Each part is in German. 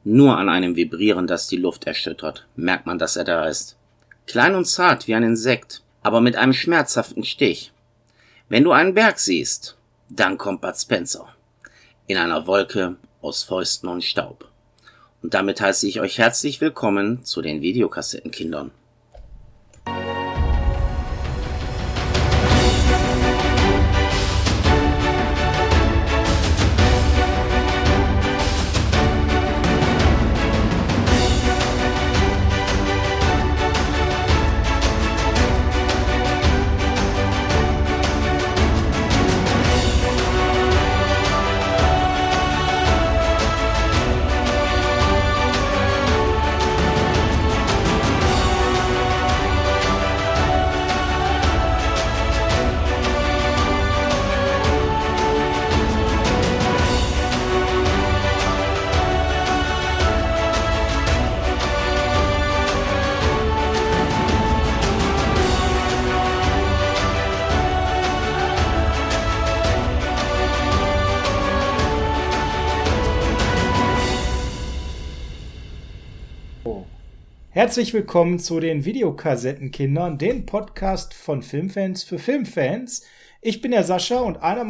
Nur an einem Vibrieren, das die Luft erschüttert, merkt man, dass er da ist. Klein und zart wie ein Insekt, aber mit einem schmerzhaften Stich. Wenn du einen Berg siehst, dann kommt Bud Spencer. In einer Wolke aus Fäusten und Staub. Und damit heiße ich euch herzlich willkommen zu den Videokassettenkindern. Herzlich willkommen zu den Videokassettenkindern, dem Podcast von Filmfans für Filmfans. Ich bin der Sascha und an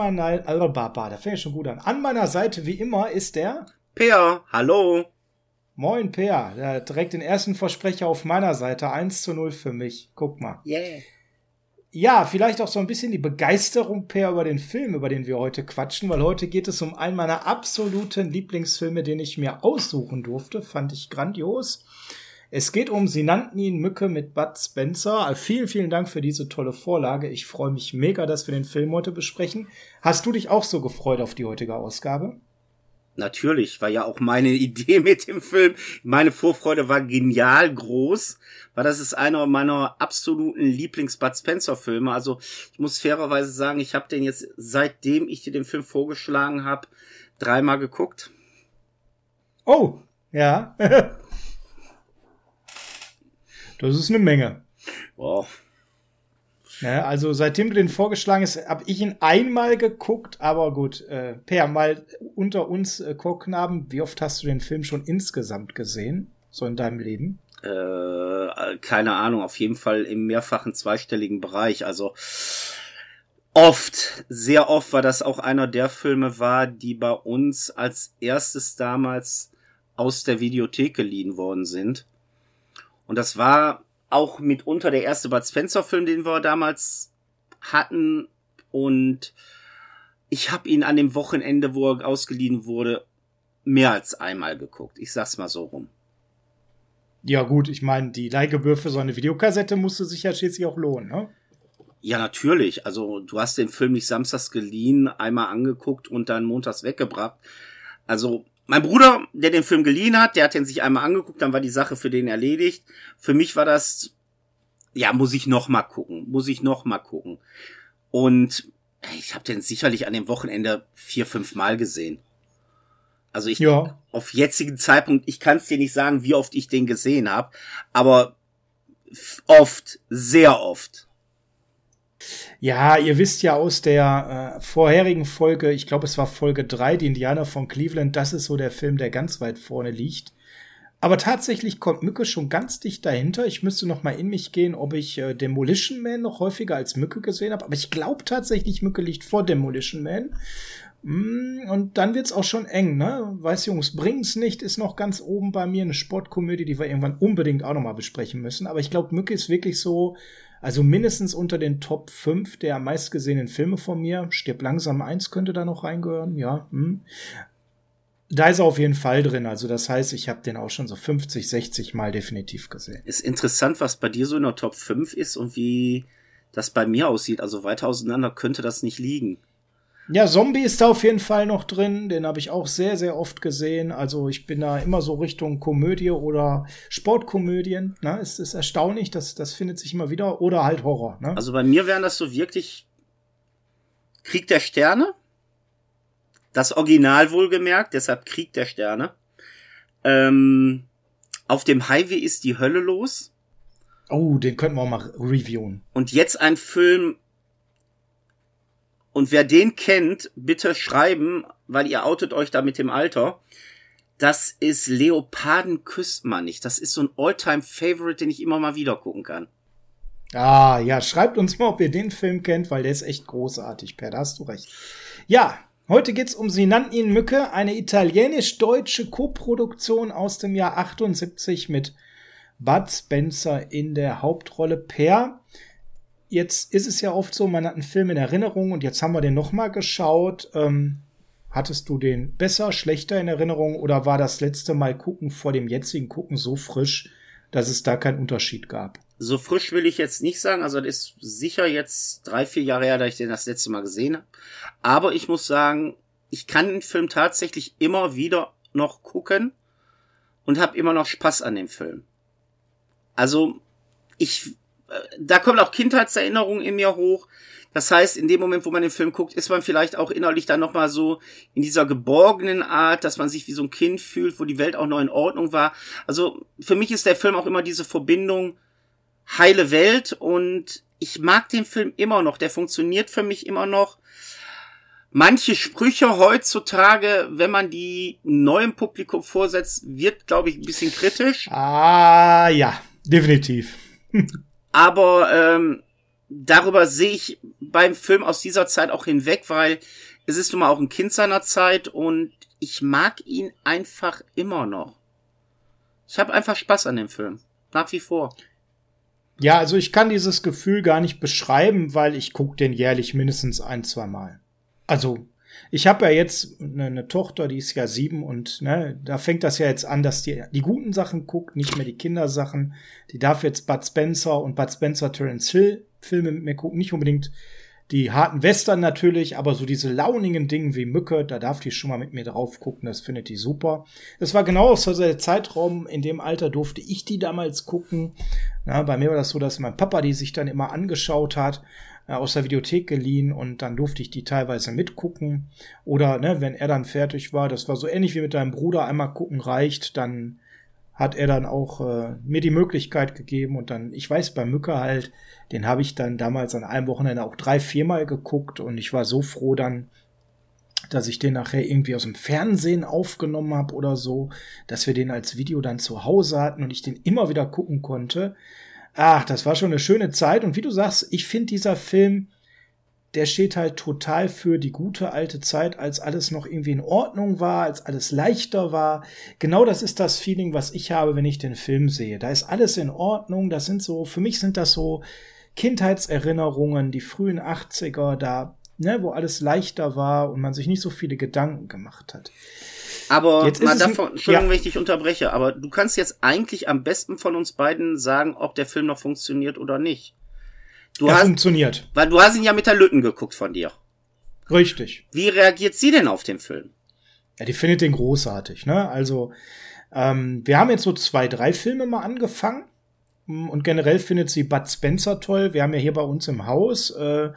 meiner Seite wie immer ist der Peer, hallo. Moin Peer, direkt den ersten Versprecher auf meiner Seite, 1:0 für mich. Guck mal. Yeah. Ja, vielleicht auch so ein bisschen die Begeisterung, Peer, über den Film, über den wir heute quatschen, weil heute geht es um einen meiner absoluten Lieblingsfilme, den ich mir aussuchen durfte. Fand ich grandios. Es geht um Sie nannten ihn Mücke mit Bud Spencer. Vielen, vielen Dank für diese tolle Vorlage. Ich freue mich mega, dass wir den Film heute besprechen. Hast du dich auch so gefreut auf die heutige Ausgabe? Natürlich, war ja auch meine Idee mit dem Film. Meine Vorfreude war genial groß, weil das ist einer meiner absoluten Lieblings-Bud Spencer-Filme. Also ich muss fairerweise sagen, ich habe den jetzt, seitdem ich dir den Film vorgeschlagen habe, 3-mal geguckt. Oh, ja. Das ist eine Menge. Wow. Ja, also seitdem du den vorgeschlagen hast, habe ich ihn einmal geguckt, aber gut, Per, mal unter uns Chorknaben, wie oft hast du den Film schon insgesamt gesehen, so in deinem Leben? Keine Ahnung, auf jeden Fall im mehrfachen zweistelligen Bereich, also oft, sehr oft, weil das auch einer der Filme war, die bei uns als erstes damals aus der Videothek geliehen worden sind. Und das war auch mitunter der erste Bud Spencer-Film, den wir damals hatten. Und ich habe ihn an dem Wochenende, wo er ausgeliehen wurde, mehr als einmal geguckt. Ich sag's mal so rum. Ja gut, ich meine, die Leihgebühr für so eine Videokassette musste sich ja schließlich auch lohnen, ne? Ja, natürlich. Also du hast den Film nicht samstags geliehen, einmal angeguckt und dann montags weggebracht. Also mein Bruder, der den Film geliehen hat, der hat den sich einmal angeguckt, dann war die Sache für den erledigt. Für mich war das, ja, muss ich noch mal gucken. Und ich habe den sicherlich an dem Wochenende 4-5 Mal gesehen. Also auf jetzigen Zeitpunkt, ich kann es dir nicht sagen, wie oft ich den gesehen habe, aber oft, sehr oft. Ja, ihr wisst ja aus der vorherigen Folge, ich glaube, es war Folge 3, die Indianer von Cleveland, das ist so der Film, der ganz weit vorne liegt. Aber tatsächlich kommt Mücke schon ganz dicht dahinter. Ich müsste noch mal in mich gehen, ob ich Demolition Man noch häufiger als Mücke gesehen habe. Aber ich glaube tatsächlich, Mücke liegt vor Demolition Man. Und dann wird's auch schon eng, ne? Weiß Jungs, bringen's nicht, ist noch ganz oben bei mir. Eine Sportkomödie, die wir irgendwann unbedingt auch noch mal besprechen müssen. Aber ich glaube, Mücke ist wirklich so, also mindestens unter den Top 5 der meistgesehenen Filme von mir. Stirb langsam 1 könnte da noch reingehören, ja. Da ist er auf jeden Fall drin. Also das heißt, ich habe den auch schon so 50, 60 Mal definitiv gesehen. Ist interessant, was bei dir so in der Top 5 ist und wie das bei mir aussieht. Also weiter auseinander könnte das nicht liegen. Ja, Zombie ist da auf jeden Fall noch drin. Den habe ich auch sehr, sehr oft gesehen. Also ich bin da immer so Richtung Komödie oder Sportkomödien. Ne? Es ist erstaunlich, das findet sich immer wieder. Oder halt Horror. Ne? Also bei mir wären das so wirklich Krieg der Sterne. Das Original wohlgemerkt, deshalb Krieg der Sterne. Auf dem Highway ist die Hölle los. Oh, den könnten wir auch mal reviewen. Und jetzt ein Film. Und wer den kennt, bitte schreiben, weil ihr outet euch da mit dem Alter. Das ist Leoparden küsst man nicht. Das ist so ein All-Time-Favorite, den ich immer mal wieder gucken kann. Ah, ja, schreibt uns mal, ob ihr den Film kennt, weil der ist echt großartig, Per, da hast du recht. Ja, heute geht's um Sie nannten ihn Mücke, eine italienisch-deutsche Koproduktion aus dem Jahr 78 mit Bud Spencer in der Hauptrolle. Per, jetzt ist es ja oft so, man hat einen Film in Erinnerung und jetzt haben wir den nochmal geschaut. Hattest du den besser, schlechter in Erinnerung oder war das letzte Mal gucken vor dem jetzigen Gucken so frisch, dass es da keinen Unterschied gab? So frisch will ich jetzt nicht sagen, also das ist sicher jetzt 3-4 Jahre her, da ich den das letzte Mal gesehen habe. Aber ich muss sagen, ich kann den Film tatsächlich immer wieder noch gucken und habe immer noch Spaß an dem Film. Also da kommen auch Kindheitserinnerungen in mir hoch. Das heißt, in dem Moment, wo man den Film guckt, ist man vielleicht auch innerlich dann nochmal so in dieser geborgenen Art, dass man sich wie so ein Kind fühlt, wo die Welt auch noch in Ordnung war. Also für mich ist der Film auch immer diese Verbindung heile Welt und ich mag den Film immer noch. Der funktioniert für mich immer noch. Manche Sprüche heutzutage, wenn man die neuem Publikum vorsetzt, wird, glaube ich, ein bisschen kritisch. Ah, ja, definitiv. Aber darüber sehe ich beim Film aus dieser Zeit auch hinweg, weil es ist nun mal auch ein Kind seiner Zeit und ich mag ihn einfach immer noch. Ich habe einfach Spaß an dem Film. Nach wie vor. Ja, also ich kann dieses Gefühl gar nicht beschreiben, weil ich gucke den jährlich mindestens 1-2 Mal. Also ich habe ja jetzt eine Tochter, die ist ja 7 und ne, da fängt das ja jetzt an, dass die guten Sachen guckt, nicht mehr die Kindersachen. Die darf jetzt Bud Spencer und Bud Spencer Terence Hill Filme mit mir gucken, nicht unbedingt die harten Western natürlich, aber so diese launigen Dinge wie Mücke, da darf die schon mal mit mir drauf gucken, das findet die super. Das war genau so der Zeitraum, in dem Alter durfte ich die damals gucken. Na, bei mir war das so, dass mein Papa die sich dann immer angeschaut hat, aus der Videothek geliehen und dann durfte ich die teilweise mitgucken. Oder ne, wenn er dann fertig war, das war so ähnlich wie mit deinem Bruder, einmal gucken reicht, dann hat er dann auch mir die Möglichkeit gegeben und dann, ich weiß, bei Mücke halt, den habe ich dann damals an einem Wochenende auch 3-4 Mal geguckt und ich war so froh dann, dass ich den nachher irgendwie aus dem Fernsehen aufgenommen habe oder so, dass wir den als Video dann zu Hause hatten und ich den immer wieder gucken konnte. Ach, das war schon eine schöne Zeit und wie du sagst, ich finde dieser Film, der steht halt total für die gute alte Zeit, als alles noch irgendwie in Ordnung war, als alles leichter war. Genau das ist das Feeling, was ich habe, wenn ich den Film sehe. Da ist alles in Ordnung, das sind so, für mich sind das so Kindheitserinnerungen, die frühen 80er, da, ne, wo alles leichter war und man sich nicht so viele Gedanken gemacht hat. Aber mal davon, Entschuldigung, wenn ich dich unterbreche, aber du kannst jetzt eigentlich am besten von uns beiden sagen, ob der Film noch funktioniert oder nicht. Funktioniert. Weil du hast ihn ja mit der Lütten geguckt von dir. Richtig. Wie reagiert sie denn auf den Film? Ja, die findet den großartig, ne? Also, wir haben jetzt so 2-3 Filme mal angefangen und generell findet sie Bud Spencer toll. Wir haben ja hier bei uns im Haus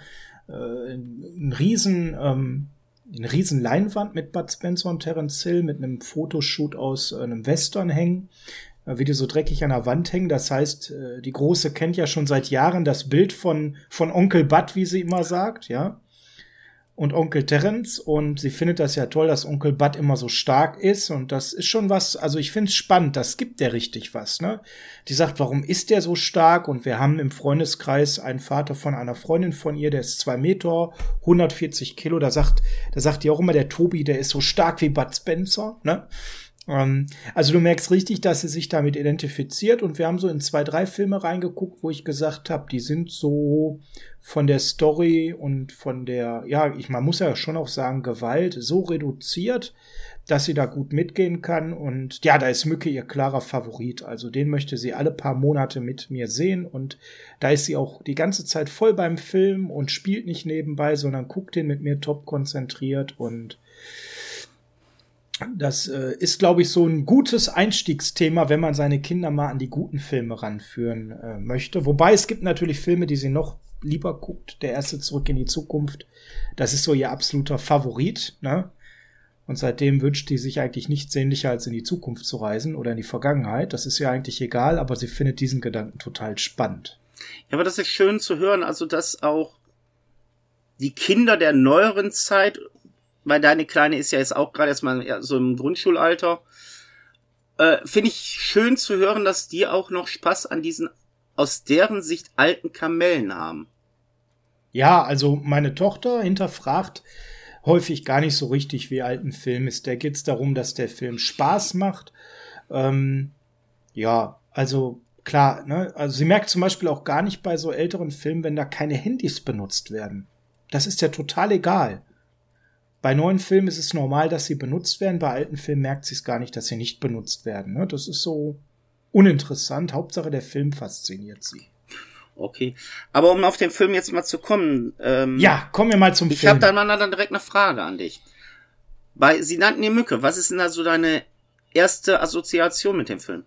eine riesen Leinwand mit Bud Spencer und Terence Hill mit einem Fotoshoot aus einem Western hängen, wie die so dreckig an der Wand hängen. Das heißt, die Große kennt ja schon seit Jahren das Bild von Onkel Bud, wie sie immer sagt, ja, und Onkel Terence. Und sie findet das ja toll, dass Onkel Bud immer so stark ist. Und das ist schon was, also ich finde es spannend, das gibt der richtig was, ne? Die sagt, warum ist der so stark? Und wir haben im Freundeskreis einen Vater von einer Freundin von ihr, der ist 2 Meter, 140 Kilo. Da sagt die auch immer, der Tobi, der ist so stark wie Bud Spencer, ne? Also du merkst richtig, dass sie sich damit identifiziert und wir haben so in 2-3 Filme reingeguckt, wo ich gesagt habe, die sind so von der Story und von der, ja, man muss ja schon auch sagen, Gewalt so reduziert, dass sie da gut mitgehen kann und ja, da ist Mücke ihr klarer Favorit, also den möchte sie alle paar Monate mit mir sehen und da ist sie auch die ganze Zeit voll beim Film und spielt nicht nebenbei, sondern guckt den mit mir top konzentriert und das ist, glaube ich, so ein gutes Einstiegsthema, wenn man seine Kinder mal an die guten Filme ranführen möchte. Wobei es gibt natürlich Filme, die sie noch lieber guckt. Der erste Zurück in die Zukunft, das ist so ihr absoluter Favorit, ne? Und seitdem wünscht die sich eigentlich nichts sehnlicher, als in die Zukunft zu reisen oder in die Vergangenheit. Das ist ja eigentlich egal, aber sie findet diesen Gedanken total spannend. Ja, aber das ist schön zu hören, also dass auch die Kinder der neueren Zeit weil deine Kleine ist ja jetzt auch gerade erstmal so im Grundschulalter, finde ich schön zu hören, dass die auch noch Spaß an diesen, aus deren Sicht, alten Kamellen haben. Ja, also meine Tochter hinterfragt häufig gar nicht so richtig, wie alt ein Film ist. Der geht's darum, dass der Film Spaß macht. Ja, also klar, ne? Also sie merkt zum Beispiel auch gar nicht bei so älteren Filmen, wenn da keine Handys benutzt werden. Das ist ja total egal. Bei neuen Filmen ist es normal, dass sie benutzt werden. Bei alten Filmen merkt sie es gar nicht, dass sie nicht benutzt werden. Ne? Das ist so uninteressant. Hauptsache, der Film fasziniert sie. Okay. Aber um auf den Film jetzt mal zu kommen. Ja, kommen wir mal zum Film. Ich habe dann direkt eine Frage an dich. Sie nannten die Mücke. Was ist denn da so deine erste Assoziation mit dem Film?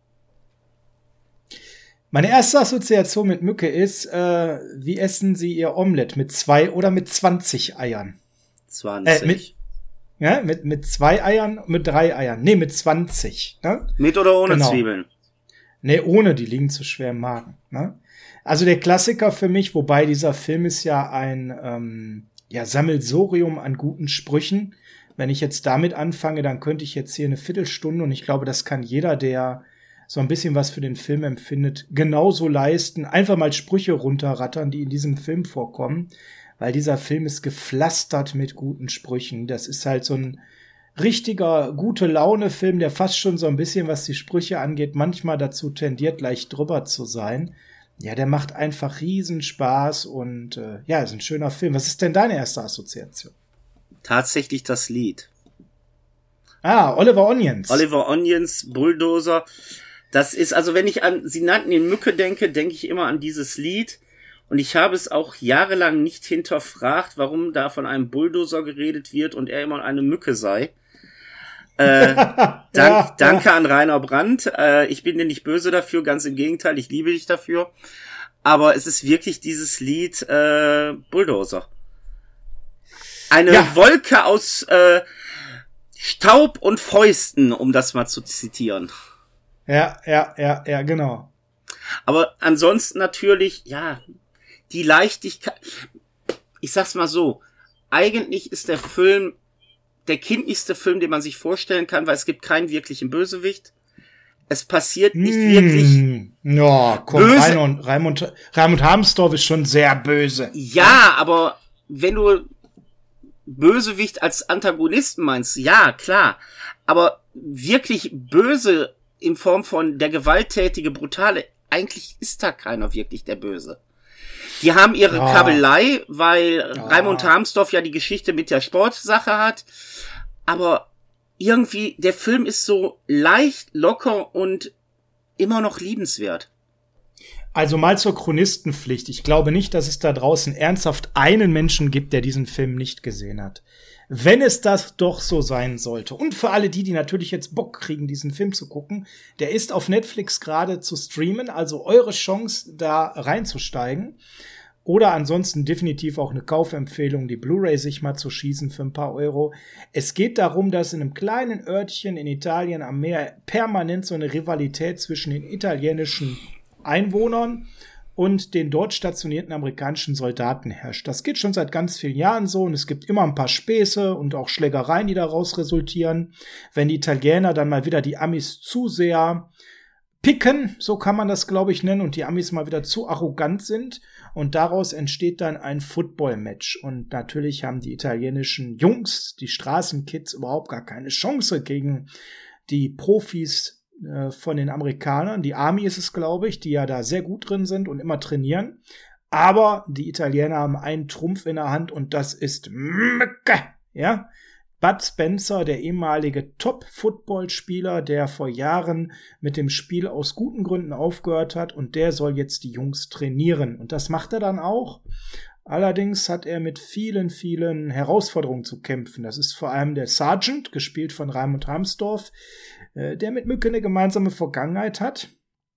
Meine erste Assoziation mit Mücke ist, wie essen sie ihr Omelett? Mit 2 oder mit 20 Eiern? 20. Mit 2 Eiern, mit 3 Eiern. Nee, mit 20. Ne? Mit oder ohne Zwiebeln? Nee, ohne, die liegen zu schwer im Magen. Ne? Also der Klassiker für mich, wobei dieser Film ist ja ein Sammelsurium an guten Sprüchen. Wenn ich jetzt damit anfange, dann könnte ich jetzt hier eine Viertelstunde, und ich glaube, das kann jeder, der so ein bisschen was für den Film empfindet, genauso leisten. Einfach mal Sprüche runterrattern, die in diesem Film vorkommen, weil dieser Film ist gepflastert mit guten Sprüchen. Das ist halt so ein richtiger Gute-Laune-Film, der fast schon so ein bisschen, was die Sprüche angeht, manchmal dazu tendiert, leicht drüber zu sein. Ja, der macht einfach Riesenspaß und ist ein schöner Film. Was ist denn deine erste Assoziation? Tatsächlich das Lied. Oliver Onions. Oliver Onions, Bulldozer. Das ist, also wenn ich an Sie nannten ihn Mücke denke ich immer an dieses Lied. Und ich habe es auch jahrelang nicht hinterfragt, warum da von einem Bulldozer geredet wird und er immer eine Mücke sei. Danke an Rainer Brandt. Ich bin dir nicht böse dafür, ganz im Gegenteil, ich liebe dich dafür. Aber es ist wirklich dieses Lied Bulldozer. Eine Wolke aus Staub und Fäusten, um das mal zu zitieren. Ja, genau. Aber ansonsten natürlich, die Leichtigkeit. Ich sag's mal so, eigentlich ist der Film der kindlichste Film, den man sich vorstellen kann, weil es gibt keinen wirklichen Bösewicht. Es passiert nicht wirklich. Ja, komm, böse. Raimund Harmsdorf ist schon sehr böse. Ja, aber wenn du Bösewicht als Antagonisten meinst, ja, klar. Aber wirklich böse in Form von der gewalttätige, brutale, eigentlich ist da keiner wirklich der Böse. Die haben ihre Kabelei, weil Raimund Harmsdorf ja die Geschichte mit der Sportsache hat. Aber irgendwie, der Film ist so leicht, locker und immer noch liebenswert. Also mal zur Chronistenpflicht. Ich glaube nicht, dass es da draußen ernsthaft einen Menschen gibt, der diesen Film nicht gesehen hat. Wenn es das doch so sein sollte. Und für alle die natürlich jetzt Bock kriegen, diesen Film zu gucken, der ist auf Netflix gerade zu streamen, also eure Chance, da reinzusteigen. Oder ansonsten definitiv auch eine Kaufempfehlung, die Blu-ray sich mal zu schießen für ein paar Euro. Es geht darum, dass in einem kleinen Örtchen in Italien am Meer permanent so eine Rivalität zwischen den italienischen Einwohnern und den dort stationierten amerikanischen Soldaten herrscht. Das geht schon seit ganz vielen Jahren so und es gibt immer ein paar Späße und auch Schlägereien, die daraus resultieren. Wenn die Italiener dann mal wieder die Amis zu sehr picken, so kann man das, glaube ich, nennen, und die Amis mal wieder zu arrogant sind und daraus entsteht dann ein Football-Match. Und natürlich haben die italienischen Jungs, die Straßenkids, überhaupt gar keine Chance gegen die Profis von den Amerikanern. Die Army ist es, glaube ich, die ja da sehr gut drin sind und immer trainieren. Aber die Italiener haben einen Trumpf in der Hand und das ist Mücke. Ja? Bud Spencer, der ehemalige Top-Football-Spieler, der vor Jahren mit dem Spiel aus guten Gründen aufgehört hat und der soll jetzt die Jungs trainieren. Und das macht er dann auch. Allerdings hat er mit vielen, vielen Herausforderungen zu kämpfen. Das ist vor allem der Sergeant, gespielt von Raimund Harmsdorf, der mit Mücke eine gemeinsame Vergangenheit hat.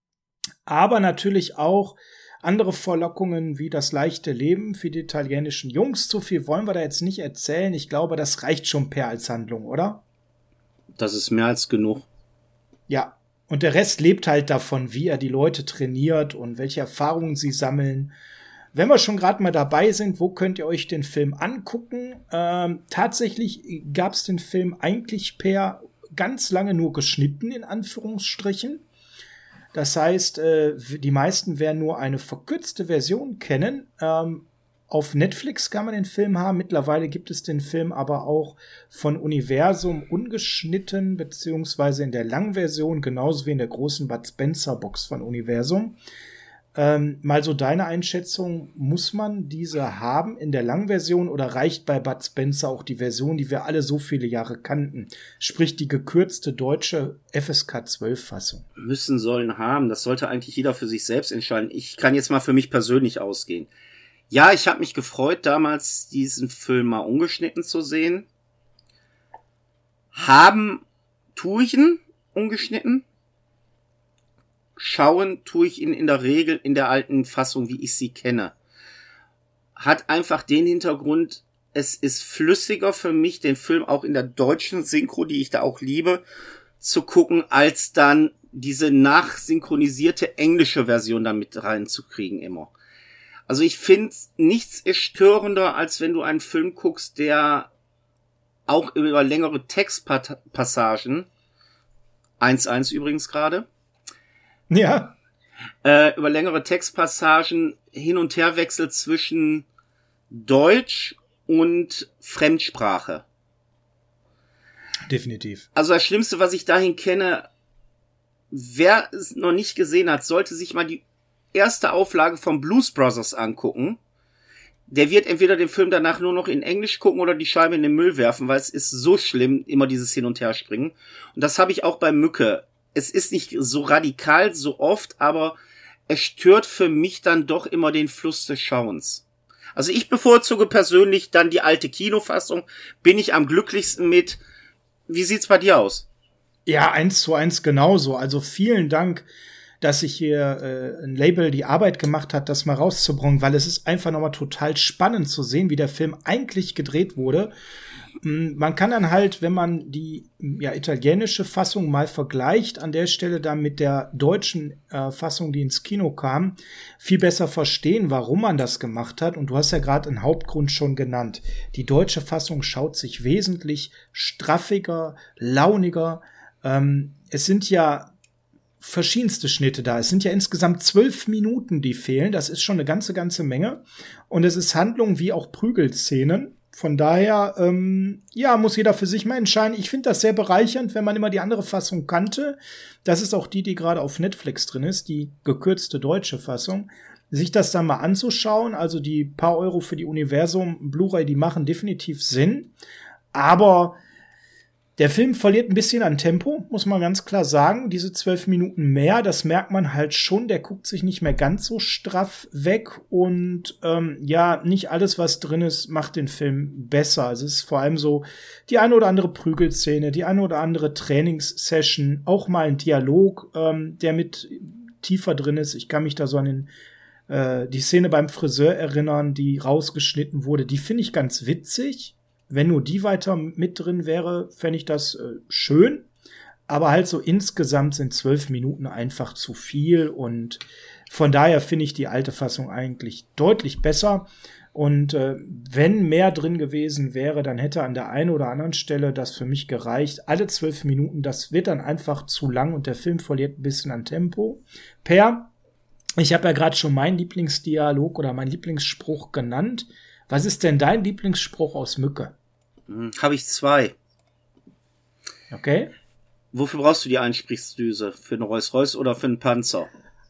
Aber natürlich auch andere Verlockungen wie das leichte Leben für die italienischen Jungs. Zu viel wollen wir da jetzt nicht erzählen. Ich glaube, das reicht schon als Handlung, oder? Das ist mehr als genug. Ja, und der Rest lebt halt davon, wie er die Leute trainiert und welche Erfahrungen sie sammeln. wenn wir schon gerade mal dabei sind, wo könnt ihr euch den Film angucken? Tatsächlich gab es den Film eigentlich ganz lange nur geschnitten, in Anführungsstrichen. Das heißt, die meisten werden nur eine verkürzte Version kennen. Auf Netflix kann man den Film haben. Mittlerweile gibt es den Film aber auch von Universum ungeschnitten, beziehungsweise in der Langversion, genauso wie in der großen Bud Spencer Box von Universum. Mal so deine Einschätzung, muss man diese haben in der Langversion oder reicht bei Bud Spencer auch die Version, die wir alle so viele Jahre kannten? Sprich die gekürzte deutsche FSK 12 Fassung. Sollen haben. Das sollte eigentlich jeder für sich selbst entscheiden. Ich kann jetzt mal für mich persönlich ausgehen. Ja, ich habe mich gefreut, damals diesen Film mal ungeschnitten zu sehen. Tue ich ihn ungeschnitten? Schauen tue ich ihn in der Regel in der alten Fassung, wie ich sie kenne. Hat einfach den Hintergrund, es ist flüssiger für mich, den Film auch in der deutschen Synchro, die ich da auch liebe, zu gucken, als dann diese nachsynchronisierte englische Version da mit reinzukriegen immer. Also ich finde, nichts ist störender, als wenn du einen Film guckst, der auch über längere Textpassagen, 1:1 übrigens gerade, ja, über längere Textpassagen hin und her wechselt zwischen Deutsch und Fremdsprache. Definitiv. Also das Schlimmste, was ich dahin kenne, wer es noch nicht gesehen hat, sollte sich mal die erste Auflage von Blues Brothers angucken. Der wird entweder den Film danach nur noch in Englisch gucken oder die Scheibe in den Müll werfen, weil es ist so schlimm, immer dieses Hin- und Herspringen. Und das habe ich auch bei Mücke. Es ist nicht so radikal, so oft, aber es stört für mich dann doch immer den Fluss des Schauens. Also ich bevorzuge persönlich dann die alte Kinofassung, bin ich am glücklichsten mit. Wie sieht's bei dir aus? Ja, 1:1 genauso. Also vielen Dank, dass sich hier ein Label die Arbeit gemacht hat, das mal rauszubringen, weil es ist einfach nochmal total spannend zu sehen, wie der Film eigentlich gedreht wurde. Man kann dann halt, wenn man die italienische Fassung mal vergleicht, an der Stelle dann mit der deutschen Fassung, die ins Kino kam, viel besser verstehen, warum man das gemacht hat. Und du hast ja gerade einen Hauptgrund schon genannt. Die deutsche Fassung schaut sich wesentlich straffiger, launiger. Es sind ja verschiedenste Schnitte da. Es sind ja insgesamt 12 Minuten, die fehlen. Das ist schon eine ganze Menge. Und es ist Handlung wie auch Prügelszenen. Von daher, muss jeder für sich mal entscheiden. Ich finde das sehr bereichernd, wenn man immer die andere Fassung kannte. Das ist auch die gerade auf Netflix drin ist, die gekürzte deutsche Fassung. Sich das dann mal anzuschauen, also die paar Euro für die Universum Blu-ray, die machen definitiv Sinn. Aber der Film verliert ein bisschen an Tempo, muss man ganz klar sagen. Diese 12 Minuten mehr, das merkt man halt schon. Der guckt sich nicht mehr ganz so straff weg. Und nicht alles, was drin ist, macht den Film besser. Also es ist vor allem so die eine oder andere Prügelszene, die eine oder andere Trainingssession, auch mal ein Dialog, der mit tiefer drin ist. Ich kann mich da so an die Szene beim Friseur erinnern, die rausgeschnitten wurde. Die finde ich ganz witzig. Wenn nur die weiter mit drin wäre, fände ich das schön. Aber halt so insgesamt sind 12 Minuten einfach zu viel. Und von daher finde ich die alte Fassung eigentlich deutlich besser. Und wenn mehr drin gewesen wäre, dann hätte an der einen oder anderen Stelle das für mich gereicht. Alle 12 Minuten, das wird dann einfach zu lang und der Film verliert ein bisschen an Tempo. Ich habe ja gerade schon meinen Lieblingsdialog oder meinen Lieblingsspruch genannt. Was ist denn dein Lieblingsspruch aus Mücke? Habe ich 2. Okay. Wofür brauchst du die Einsprichdüse? Für einen Rolls-Royce oder für einen Panzer?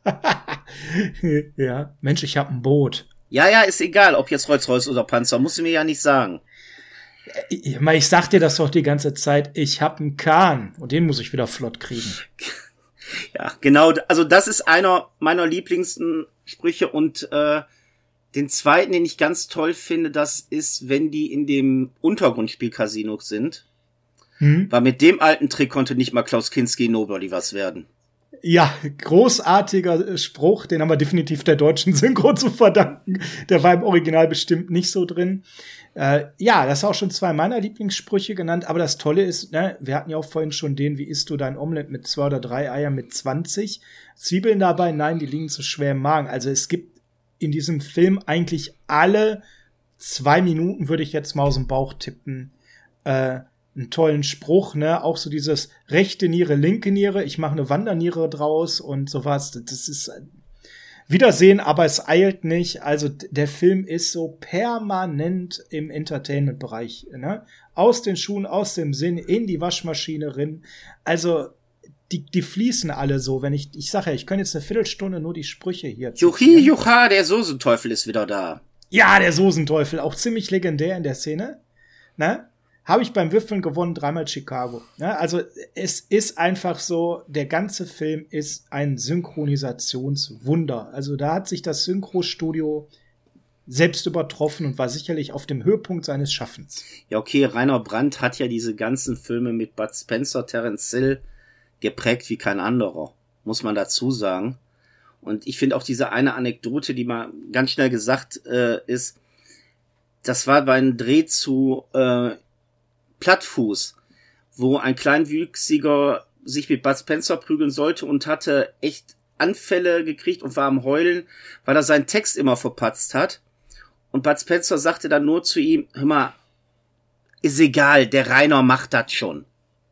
Ja, Mensch, ich habe ein Boot. Ja, ist egal, ob jetzt Rolls-Royce oder Panzer. Musst du mir ja nicht sagen. Ich sag dir das doch die ganze Zeit. Ich habe einen Kahn und den muss ich wieder flott kriegen. Ja, genau. Also das ist einer meiner liebsten Sprüche und den zweiten, den ich ganz toll finde, das ist, wenn die in dem Untergrundspiel-Casino sind. Weil mit dem alten Trick konnte nicht mal Klaus Kinski Nobody was werden. Ja, großartiger Spruch, den haben wir definitiv der deutschen Synchro zu verdanken. Der war im Original bestimmt nicht so drin. Das auch schon 2 meiner Lieblingssprüche genannt, aber das Tolle ist, ne, wir hatten ja auch vorhin schon den, wie isst du dein Omelett mit 2 oder 3 Eiern mit 20 Zwiebeln dabei? Nein, die liegen zu schwer im Magen. Also es gibt in diesem Film eigentlich alle 2 Minuten, würde ich jetzt mal aus dem Bauch tippen, einen tollen Spruch, ne? Auch so dieses rechte Niere, linke Niere, ich mache eine Wanderniere draus und sowas. Das ist Wiedersehen, aber es eilt nicht. Also der Film ist so permanent im Entertainment-Bereich, ne? Aus den Schuhen, aus dem Sinn, in die Waschmaschine rein. Also die fließen alle so. Wenn ich sage ja, ich kann jetzt eine Viertelstunde nur die Sprüche hier Juchi, Jucha, der Soßenteufel ist wieder da. Ja, der Soßenteufel, auch ziemlich legendär in der Szene, ne? Habe ich beim Würfeln gewonnen, 3-mal Chicago. Ja, also es ist einfach so, der ganze Film ist ein Synchronisationswunder. Also da hat sich das Synchrostudio selbst übertroffen und war sicherlich auf dem Höhepunkt seines Schaffens. Ja, okay, Rainer Brandt hat ja diese ganzen Filme mit Bud Spencer, Terence Hill geprägt wie kein anderer, muss man dazu sagen. Und ich finde auch diese eine Anekdote, die mal ganz schnell gesagt ist, das war bei einem Dreh zu Plattfuß, wo ein Kleinwüchsiger sich mit Bud Spencer prügeln sollte und hatte echt Anfälle gekriegt und war am Heulen, weil er seinen Text immer verpatzt hat. Und Bud Spencer sagte dann nur zu ihm, hör mal, ist egal, der Rainer macht das schon.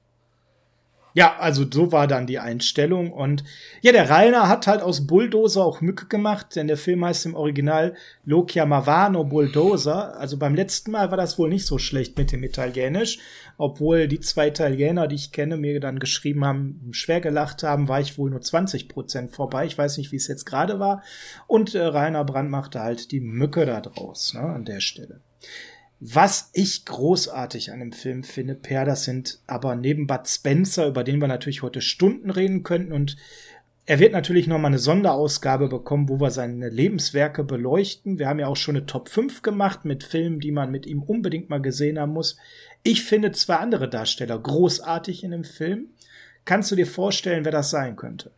Ja, also so war dann die Einstellung. Und ja, der Rainer hat halt aus Bulldozer auch Mücke gemacht, denn der Film heißt im Original Lo chiamavano Bulldozer. Also beim letzten Mal war das wohl nicht so schlecht mit dem Italienisch, obwohl die 2 Italiener, die ich kenne, mir dann geschrieben haben, schwer gelacht haben, war ich wohl nur 20% vorbei. Ich weiß nicht, wie es jetzt gerade war. Und Rainer Brandt machte halt die Mücke da draus, ne, an der Stelle. Was ich großartig an dem Film finde, Per, das sind aber neben Bud Spencer, über den wir natürlich heute Stunden reden könnten, und er wird natürlich noch mal eine Sonderausgabe bekommen, wo wir seine Lebenswerke beleuchten. Wir haben ja auch schon eine Top 5 gemacht mit Filmen, die man mit ihm unbedingt mal gesehen haben muss. Ich finde 2 andere Darsteller großartig in dem Film. Kannst du dir vorstellen, wer das sein könnte?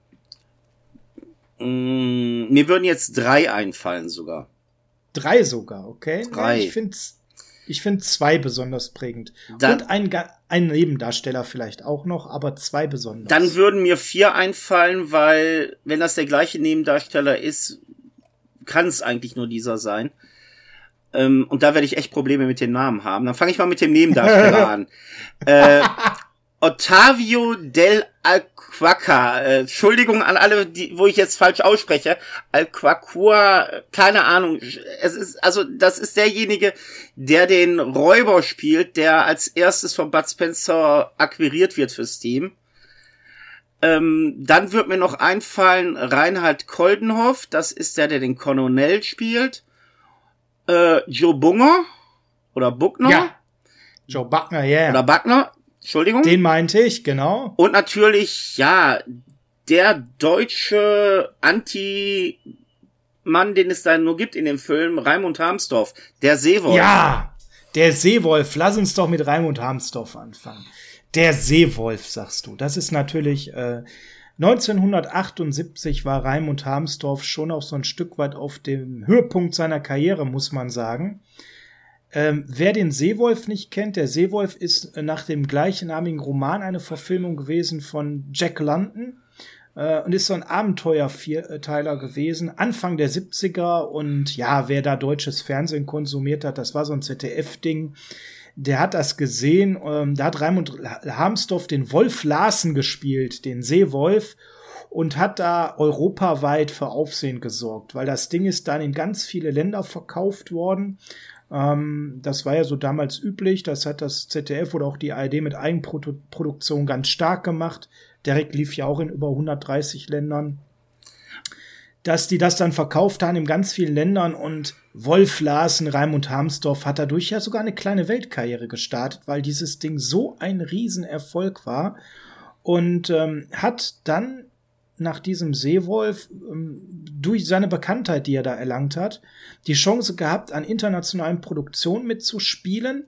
Mir würden jetzt 3 einfallen sogar. 3 sogar, okay? 3. Ja, ich finde 2 besonders prägend. Dann, und ein Nebendarsteller vielleicht auch noch, aber 2 besonders. Dann würden mir 4 einfallen, weil, wenn das der gleiche Nebendarsteller ist, kann es eigentlich nur dieser sein. Und da werde ich echt Probleme mit den Namen haben. Dann fange ich mal mit dem Nebendarsteller an. Ottavio del Alquacca. Entschuldigung an alle, wo ich jetzt falsch ausspreche. Alquacua, keine Ahnung. Das ist derjenige, der den Räuber spielt, der als erstes von Bud Spencer akquiriert wird fürs Team. Dann wird mir noch einfallen Reinhard Koldenhoff. Das ist der den Colonel spielt. Joe Bunger. Oder Buckner. Ja. Joe Buckner, ja. Yeah. Oder Buckner. Entschuldigung. Den meinte ich, genau. Und natürlich, ja, der deutsche Anti-Mann, den es da nur gibt in dem Film, Raimund Harmsdorf, der Seewolf. Ja, der Seewolf. Lass uns doch mit Raimund Harmsdorf anfangen. Der Seewolf, sagst du. Das ist natürlich 1978 war Raimund Harmsdorf schon auch so ein Stück weit auf dem Höhepunkt seiner Karriere, muss man sagen. Wer den Seewolf nicht kennt, der Seewolf ist nach dem gleichnamigen Roman eine Verfilmung gewesen von Jack London und ist so ein Abenteuer-Vierteiler gewesen, Anfang der 70er. Und ja, wer da deutsches Fernsehen konsumiert hat, das war so ein ZDF-Ding, der hat das gesehen. Da hat Raimund Harmsdorf den Wolf Larsen gespielt, den Seewolf, und hat da europaweit für Aufsehen gesorgt, weil das Ding ist dann in ganz viele Länder verkauft worden. Das war ja so damals üblich, das hat das ZDF oder auch die ARD mit Eigenproduktion ganz stark gemacht. Derek lief ja auch in über 130 Ländern. Dass die das dann verkauft haben in ganz vielen Ländern, und Wolf Larsen, Raimund Harmsdorf hat dadurch ja sogar eine kleine Weltkarriere gestartet, weil dieses Ding so ein Riesenerfolg war, und hat dann nach diesem Seewolf durch seine Bekanntheit, die er da erlangt hat, die Chance gehabt, an internationalen Produktionen mitzuspielen.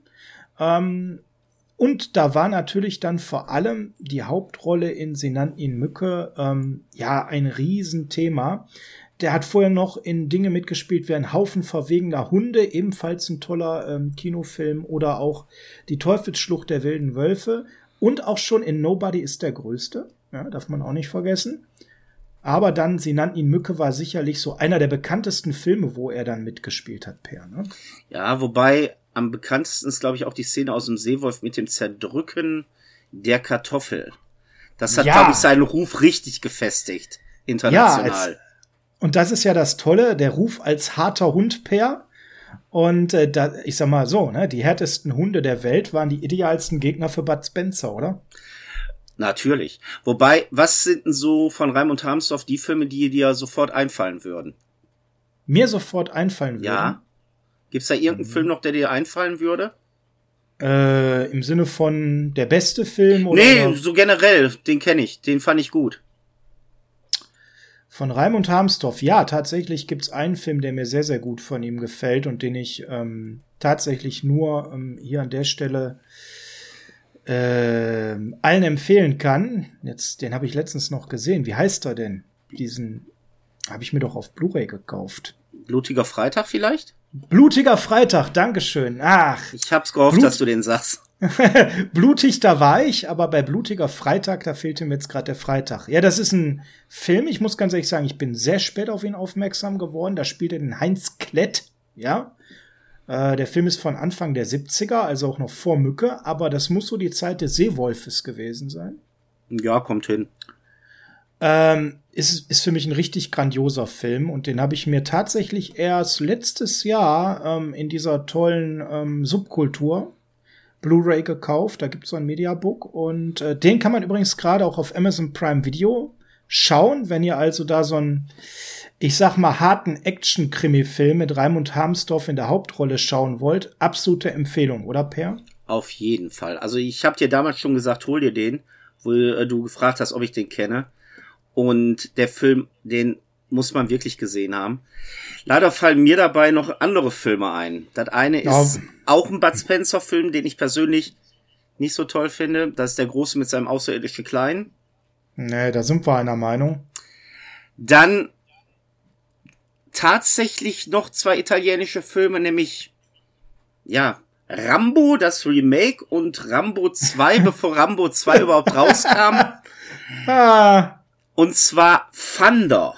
Und da war natürlich dann vor allem die Hauptrolle in Sie nannten ihn Mücke, ein Riesenthema. Der hat vorher noch in Dinge mitgespielt wie Ein Haufen verwegener Hunde, ebenfalls ein toller Kinofilm, oder auch Die Teufelsschlucht der wilden Wölfe, und auch schon in Nobody ist der Größte. Ja, darf man auch nicht vergessen. Aber dann, sie nannten ihn Mücke, war sicherlich so einer der bekanntesten Filme, wo er dann mitgespielt hat, Per, ne? Ja, wobei am bekanntesten ist, glaube ich, auch die Szene aus dem Seewolf mit dem Zerdrücken der Kartoffel. Das hat, glaube ich, seinen Ruf richtig gefestigt. International. Ja, und das ist ja das Tolle, der Ruf als harter Hund, Per. Und ich sag mal so, ne, die härtesten Hunde der Welt waren die idealsten Gegner für Bud Spencer, oder? Natürlich. Wobei, was sind denn so von Raimund Harmstorff die Filme, die dir sofort einfallen würden? Mir sofort einfallen würden? Ja. Gibt's da irgendeinen Film noch, der dir einfallen würde? Im Sinne von der beste Film? Oder nee, so generell. Den kenne ich. Den fand ich gut. Von Raimund Harmstorff, ja, tatsächlich gibt's einen Film, der mir sehr, sehr gut von ihm gefällt und den ich tatsächlich nur hier an der Stelle allen empfehlen kann. Jetzt, den habe ich letztens noch gesehen. Wie heißt er denn? Diesen habe ich mir doch auf Blu-ray gekauft. Blutiger Freitag vielleicht? Blutiger Freitag, Dankeschön. Ach. Ich hab's gehofft, dass du den sagst. Blutig, da war ich, aber bei Blutiger Freitag, da fehlte mir jetzt gerade der Freitag. Ja, das ist ein Film, ich muss ganz ehrlich sagen, ich bin sehr spät auf ihn aufmerksam geworden. Da spielt er den Heinz Klett, ja. Der Film ist von Anfang der 70er, also auch noch vor Mücke, aber das muss so die Zeit des Seewolfes gewesen sein. Ja, kommt hin. Ist für mich ein richtig grandioser Film und den habe ich mir tatsächlich erst letztes Jahr in dieser tollen Subkultur Blu-ray gekauft. Da gibt's so ein Mediabook und den kann man übrigens gerade auch auf Amazon Prime Video schauen, wenn ihr also da so einen, ich sag mal, harten Action-Krimi-Film mit Raimund Harmstorff in der Hauptrolle schauen wollt. Absolute Empfehlung, oder Per? Auf jeden Fall. Also ich habe dir damals schon gesagt, hol dir den, wo du gefragt hast, ob ich den kenne. Und der Film, den muss man wirklich gesehen haben. Leider fallen mir dabei noch andere Filme ein. Das eine ist auch ein Bud Spencer-Film, den ich persönlich nicht so toll finde. Das ist Der Große mit seinem außerirdischen Kleinen. Nee, da sind wir einer Meinung. Dann tatsächlich noch 2 italienische Filme, nämlich, ja, Rambo, das Remake und Rambo 2, bevor Rambo 2 überhaupt rauskam. Und zwar Thunder.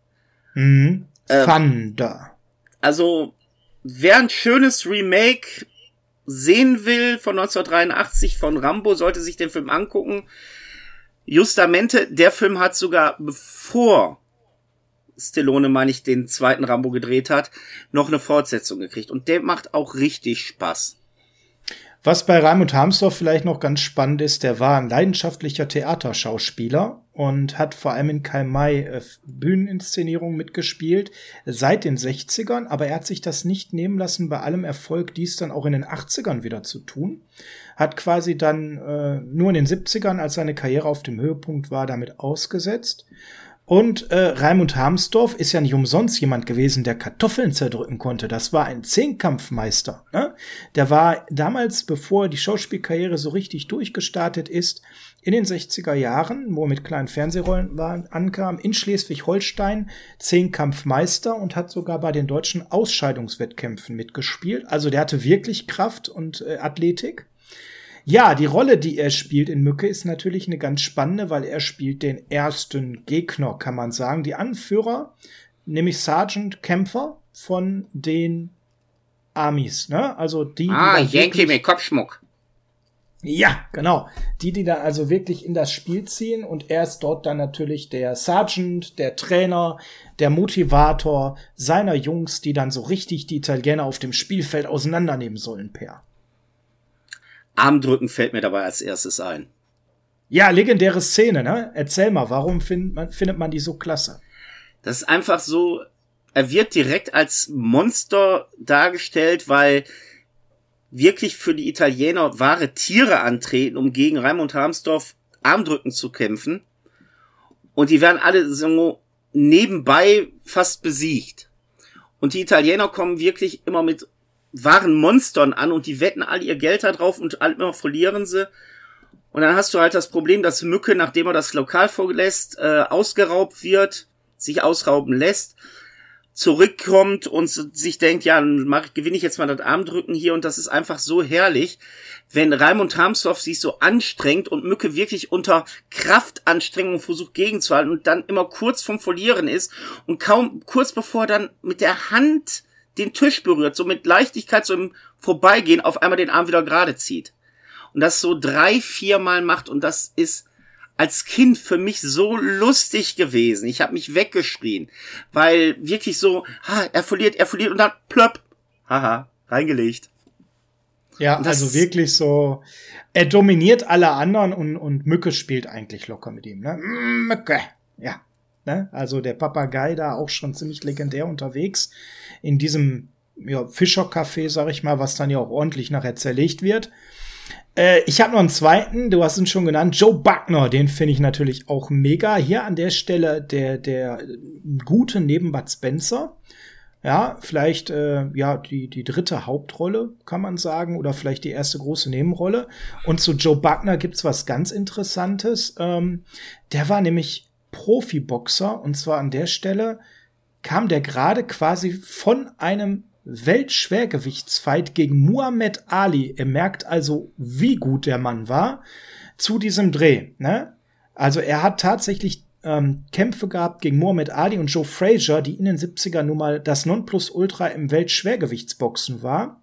Thunder. Also, wer ein schönes Remake sehen will von 1983 von Rambo, sollte sich den Film angucken. Justamente, der Film hat sogar, bevor Stallone, meine ich, den zweiten Rambo gedreht hat, noch eine Fortsetzung gekriegt. Und der macht auch richtig Spaß. Was bei Raimund Harmstorff vielleicht noch ganz spannend ist, der war ein leidenschaftlicher Theaterschauspieler und hat vor allem in Karl May Bühneninszenierungen mitgespielt seit den 60ern, aber er hat sich das nicht nehmen lassen, bei allem Erfolg dies dann auch in den 80ern wieder zu tun. Hat quasi dann nur in den 70ern, als seine Karriere auf dem Höhepunkt war, damit ausgesetzt. Und Raimund Harmstorff ist ja nicht umsonst jemand gewesen, der Kartoffeln zerdrücken konnte. Das war ein Zehnkampfmeister. Ne? Der war damals, bevor die Schauspielkarriere so richtig durchgestartet ist, in den 60er Jahren, wo er mit kleinen Fernsehrollen ankam, in Schleswig-Holstein Zehnkampfmeister und hat sogar bei den deutschen Ausscheidungswettkämpfen mitgespielt. Also der hatte wirklich Kraft und Athletik. Ja, die Rolle, die er spielt in Mücke, ist natürlich eine ganz spannende, weil er spielt den ersten Gegner, kann man sagen. Die Anführer, nämlich Sergeant Kämpfer von den Amis, ne? Also die Yankee mit Kopfschmuck. Ja, genau. Die dann also wirklich in das Spiel ziehen und er ist dort dann natürlich der Sergeant, der Trainer, der Motivator seiner Jungs, die dann so richtig die Italiener auf dem Spielfeld auseinandernehmen sollen, Per. Armdrücken fällt mir dabei als erstes ein. Ja, legendäre Szene, ne? Erzähl mal, warum findet man die so klasse? Das ist einfach so, er wird direkt als Monster dargestellt, weil wirklich für die Italiener wahre Tiere antreten, um gegen Raimund Harmstorff Armdrücken zu kämpfen. Und die werden alle so nebenbei fast besiegt. Und die Italiener kommen wirklich immer mit wahren Monstern an und die wetten all ihr Geld da drauf und immer verlieren sie. Und dann hast du halt das Problem, dass Mücke, nachdem er das Lokal verlässt, ausgeraubt wird, sich ausrauben lässt. zurückkommt und sich denkt, ja, gewinne ich jetzt mal das Armdrücken hier, und das ist einfach so herrlich, wenn Raimund Harmsdorf sich so anstrengt und Mücke wirklich unter Kraftanstrengung versucht gegenzuhalten und dann immer kurz vom Verlieren ist und kaum kurz bevor er dann mit der Hand den Tisch berührt, so mit Leichtigkeit, so im Vorbeigehen, auf einmal den Arm wieder gerade zieht. Und das so 3-4 Mal macht, und das ist als Kind für mich so lustig gewesen. Ich habe mich weggeschrien, weil wirklich so, er verliert und dann plöpp, haha, reingelegt. Ja, also wirklich so, er dominiert alle anderen und Mücke spielt eigentlich locker mit ihm, ne? Mücke, ja. Ne? Also der Papagei da auch schon ziemlich legendär unterwegs in diesem Fischercafé, sag ich mal, was dann ja auch ordentlich nachher zerlegt wird. Ich habe noch einen zweiten, du hast ihn schon genannt, Joe Buckner, den finde ich natürlich auch mega. Hier an der Stelle der gute neben Bud Spencer. Ja, vielleicht die dritte Hauptrolle, kann man sagen, oder vielleicht die erste große Nebenrolle. Und zu Joe Buckner gibt's was ganz Interessantes. Der war nämlich Profiboxer, und zwar an der Stelle kam der gerade quasi von einem Weltschwergewichtsfight gegen Muhammad Ali. Er merkt also, wie gut der Mann war, zu diesem Dreh. Ne? Also er hat tatsächlich Kämpfe gehabt gegen Muhammad Ali und Joe Frazier, die in den 70er nun mal das Nonplusultra im Weltschwergewichtsboxen war.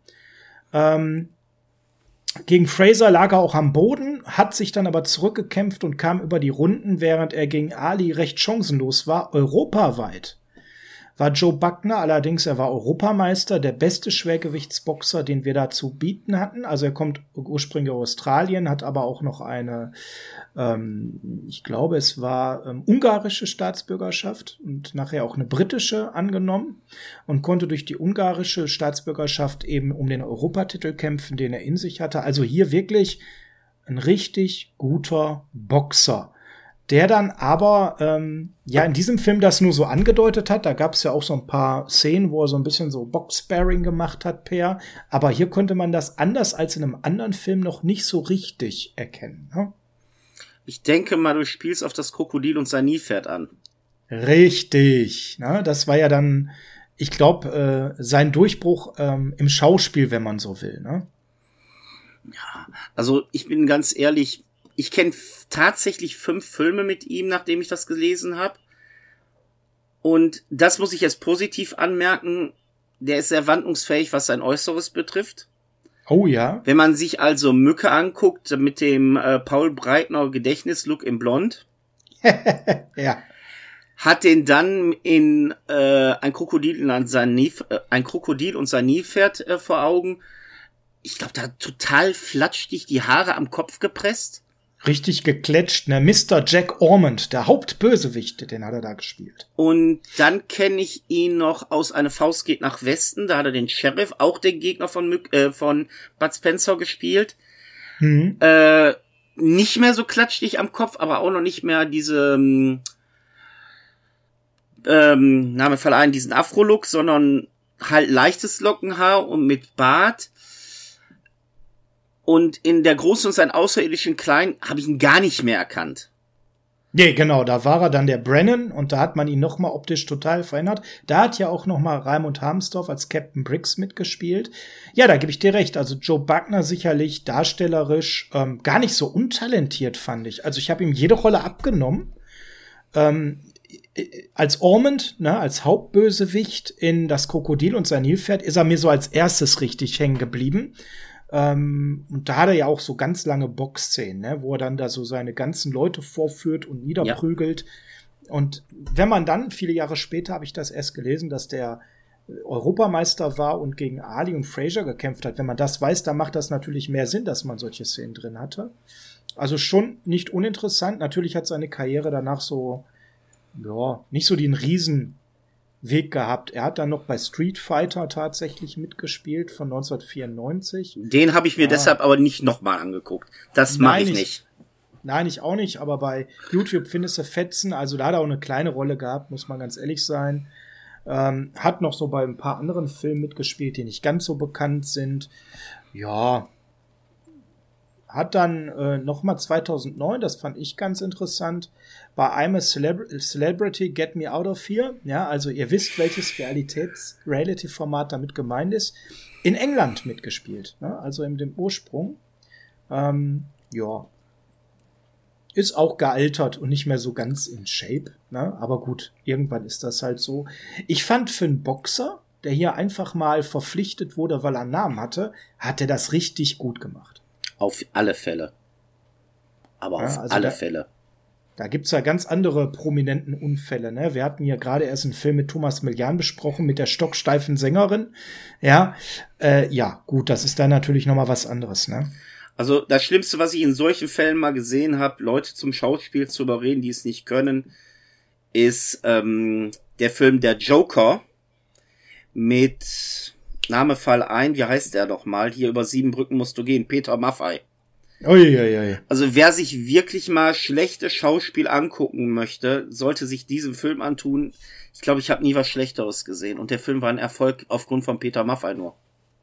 Gegen Fraser lag er auch am Boden, hat sich dann aber zurückgekämpft und kam über die Runden, während er gegen Ali recht chancenlos war. Europaweit war Joe Buckner allerdings, er war Europameister, der beste Schwergewichtsboxer, den wir da zu bieten hatten. Also er kommt ursprünglich aus Australien, hat aber auch noch eine, ich glaube, es war ungarische Staatsbürgerschaft und nachher auch eine britische angenommen und konnte durch die ungarische Staatsbürgerschaft eben um den Europatitel kämpfen, den er in sich hatte. Also hier wirklich ein richtig guter Boxer. Der dann aber, in diesem Film das nur so angedeutet hat. Da gab es ja auch so ein paar Szenen, wo er so ein bisschen so Box-Sparring gemacht hat, Per. Aber hier konnte man das anders als in einem anderen Film noch nicht so richtig erkennen. Ne? Ich denke mal, du spielst auf das Krokodil und sein Nilpferd an. Richtig. Ne? Das war ja dann, ich glaube, sein Durchbruch im Schauspiel, wenn man so will. Ne? Ja, also ich bin ganz ehrlich, ich kenne tatsächlich 5 Filme mit ihm, nachdem ich das gelesen habe. Und das muss ich jetzt positiv anmerken. Der ist sehr wandlungsfähig, was sein Äußeres betrifft. Oh ja. Wenn man sich also Mücke anguckt, mit dem Paul Breitner Gedächtnislook in Blond. Ja. Hat den dann in ein Krokodil und sein Nilpferd vor Augen. Ich glaube, da total flatschig die Haare am Kopf gepresst. Richtig gekletscht, ne? Mr. Jack Ormond, der Hauptbösewicht, den hat er da gespielt. Und dann kenne ich ihn noch aus Eine Faust geht nach Westen, da hat er den Sheriff, auch den Gegner von Bud Spencer gespielt. Mhm. Nicht mehr so klatschig am Kopf, aber auch noch nicht mehr diese Name verleihen, diesen Afro-Look, sondern halt leichtes Lockenhaar und mit Bart. Und in Der Große und sein außerirdischen Klein habe ich ihn gar nicht mehr erkannt. Nee, genau, da war er dann der Brennan und da hat man ihn noch mal optisch total verändert. Da hat ja auch noch mal Raimund Harmsdorf als Captain Briggs mitgespielt. Ja, da gebe ich dir recht. Also Joe Buckner sicherlich darstellerisch gar nicht so untalentiert, fand ich. Also ich habe ihm jede Rolle abgenommen. Als Ormond, ne, als Hauptbösewicht in Das Krokodil und sein Nilpferd, ist er mir so als erstes richtig hängen geblieben. Und da hat er ja auch so ganz lange Boxszenen, ne, wo er dann da so seine ganzen Leute vorführt und niederprügelt. Ja. Und wenn man dann, viele Jahre später habe ich das erst gelesen, dass der Europameister war und gegen Ali und Frazier gekämpft hat. Wenn man das weiß, dann macht das natürlich mehr Sinn, dass man solche Szenen drin hatte. Also schon nicht uninteressant. Natürlich hat seine Karriere danach so, nicht so den Riesenweg gehabt. Er hat dann noch bei Street Fighter tatsächlich mitgespielt von 1994. Den habe ich mir deshalb aber nicht nochmal angeguckt. Das mache ich nicht. Nein, ich auch nicht, aber bei YouTube findest du Fetzen, also da hat er auch eine kleine Rolle gehabt, muss man ganz ehrlich sein. Hat noch so bei ein paar anderen Filmen mitgespielt, die nicht ganz so bekannt sind. Ja, hat dann nochmal 2009, das fand ich ganz interessant, bei I'm a Celebrity, Get Me Out of Here. Ja, also ihr wisst, welches Reality-Format damit gemeint ist. In England mitgespielt, ne? Also in dem Ursprung. Ja. Ist auch gealtert und nicht mehr so ganz in Shape, ne? Aber gut, irgendwann ist das halt so. Ich fand für einen Boxer, der hier einfach mal verpflichtet wurde, weil er einen Namen hatte, hat er das richtig gut gemacht. Auf alle Fälle. Aber ja, auf also alle Fälle. Da gibt's ja ganz andere prominenten Unfälle, ne? Wir hatten ja gerade erst einen Film mit Thomas Millian besprochen, mit der stocksteifen Sängerin. Ja, ja, gut, das ist dann natürlich nochmal was anderes, ne? Also das Schlimmste, was ich in solchen Fällen mal gesehen habe, Leute zum Schauspiel zu überreden, die es nicht können, ist der Film Der Joker mit Name fall ein, wie heißt der doch mal? Hier über 7 Brücken musst du gehen, Peter Maffay. Ui. Also wer sich wirklich mal schlechtes Schauspiel angucken möchte, sollte sich diesen Film antun. Ich glaube, ich habe nie was Schlechteres gesehen. Und der Film war ein Erfolg aufgrund von Peter Maffay nur.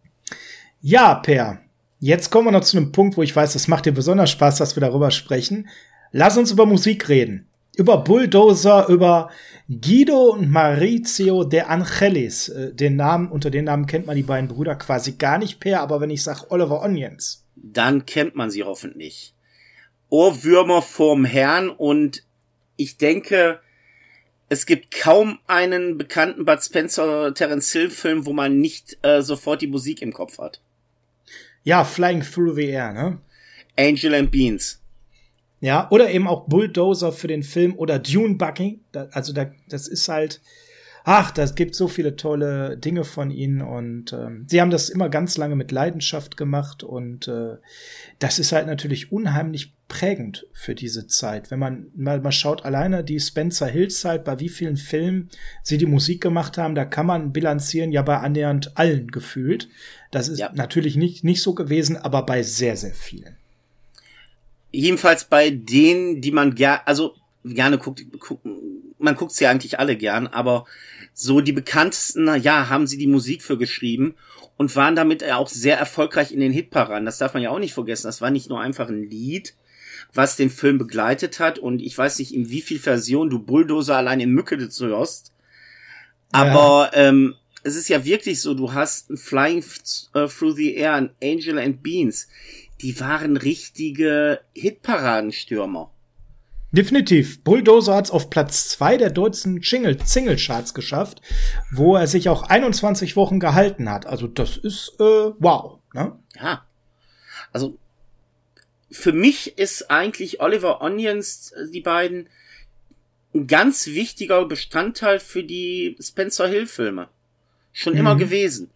Ja, Per. Jetzt kommen wir noch zu einem Punkt, wo ich weiß, es macht dir besonders Spaß, dass wir darüber sprechen. Lass uns über Musik reden. Über Bulldozer, über Guido und Maurizio De Angelis. Unter den Namen kennt man die beiden Brüder quasi gar nicht, Per. Aber wenn ich sage Oliver Onions, dann kennt man sie hoffentlich. Ohrwürmer vorm Herrn, und ich denke, es gibt kaum einen bekannten Bud Spencer Terence Hill Film, wo man nicht sofort die Musik im Kopf hat. Ja, Flying Through the Air, ne? Angel and Beans. Ja, oder eben auch Bulldozer für den Film oder Dune Buggy. Das ist halt, das gibt so viele tolle Dinge von ihnen, und sie haben das immer ganz lange mit Leidenschaft gemacht, und das ist halt natürlich unheimlich prägend für diese Zeit. Wenn man mal schaut, alleine die Spencer Hill Zeit, bei wie vielen Filmen sie die Musik gemacht haben, da kann man bilanzieren, ja bei annähernd allen gefühlt. Das ist natürlich nicht so gewesen, aber bei sehr, sehr vielen. Jedenfalls bei denen, die man gerne guckt, man guckt sie ja eigentlich alle gern, aber so die bekanntesten, haben sie die Musik für geschrieben und waren damit auch sehr erfolgreich in den Hitparaden. Das darf man ja auch nicht vergessen. Das war nicht nur einfach ein Lied, was den Film begleitet hat, und ich weiß nicht, in wie viel Version du Bulldozer allein in Mücke hörst. Aber es ist ja wirklich so, du hast ein Flying Through the Air, ein Angel and Beans. Die waren richtige Hitparadenstürmer. Definitiv. Bulldozer hat's auf Platz 2 der deutschen Single-Charts geschafft, wo er sich auch 21 Wochen gehalten hat. Also das ist wow. Ne? Ja. Also für mich ist eigentlich Oliver Onions, die beiden, ein ganz wichtiger Bestandteil für die Spencer Hill Filme. Schon immer gewesen.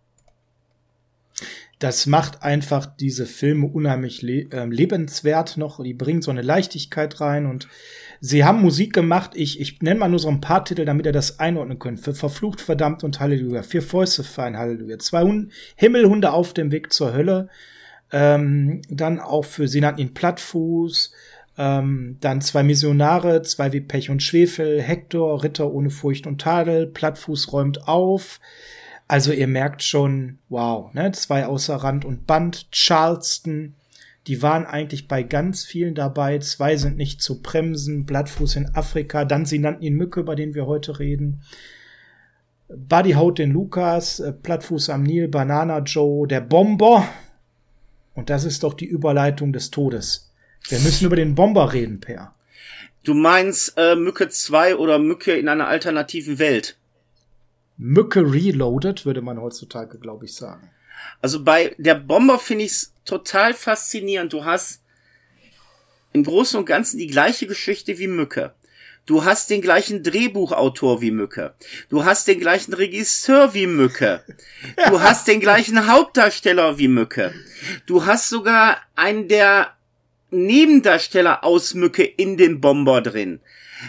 Das macht einfach diese Filme unheimlich lebenswert noch. Die bringen so eine Leichtigkeit rein, und sie haben Musik gemacht. Ich nenne mal nur so ein paar Titel, damit ihr das einordnen könnt. Für Verflucht, Verdammt und Halleluja. 4 Fäuste für ein Halleluja. 2 Himmelhunde auf dem Weg zur Hölle. Dann auch für, sie nannten ihn Plattfuß. Dann 2 Missionare, 2 wie Pech und Schwefel. Hector, Ritter ohne Furcht und Tadel. Plattfuß räumt auf. Also ihr merkt schon, wow, ne? 2 außer Rand und Band, Charleston, die waren eigentlich bei ganz vielen dabei. 2 sind nicht zu bremsen, Blattfuß in Afrika, dann sie nannten ihn Mücke, über den wir heute reden. Buddy haut den Lukas, Plattfuß am Nil, Banana Joe, der Bomber. Und das ist doch die Überleitung des Todes. Wir müssen über den Bomber reden, Per. Du meinst Mücke 2 oder Mücke in einer alternativen Welt? Mücke Reloaded, würde man heutzutage, glaube ich, sagen. Also bei der Bomber finde ich es total faszinierend. Du hast im Großen und Ganzen die gleiche Geschichte wie Mücke. Du hast den gleichen Drehbuchautor wie Mücke. Du hast den gleichen Regisseur wie Mücke. Du hast den gleichen Hauptdarsteller wie Mücke. Du hast sogar einen der Nebendarsteller aus Mücke in den Bomber drin.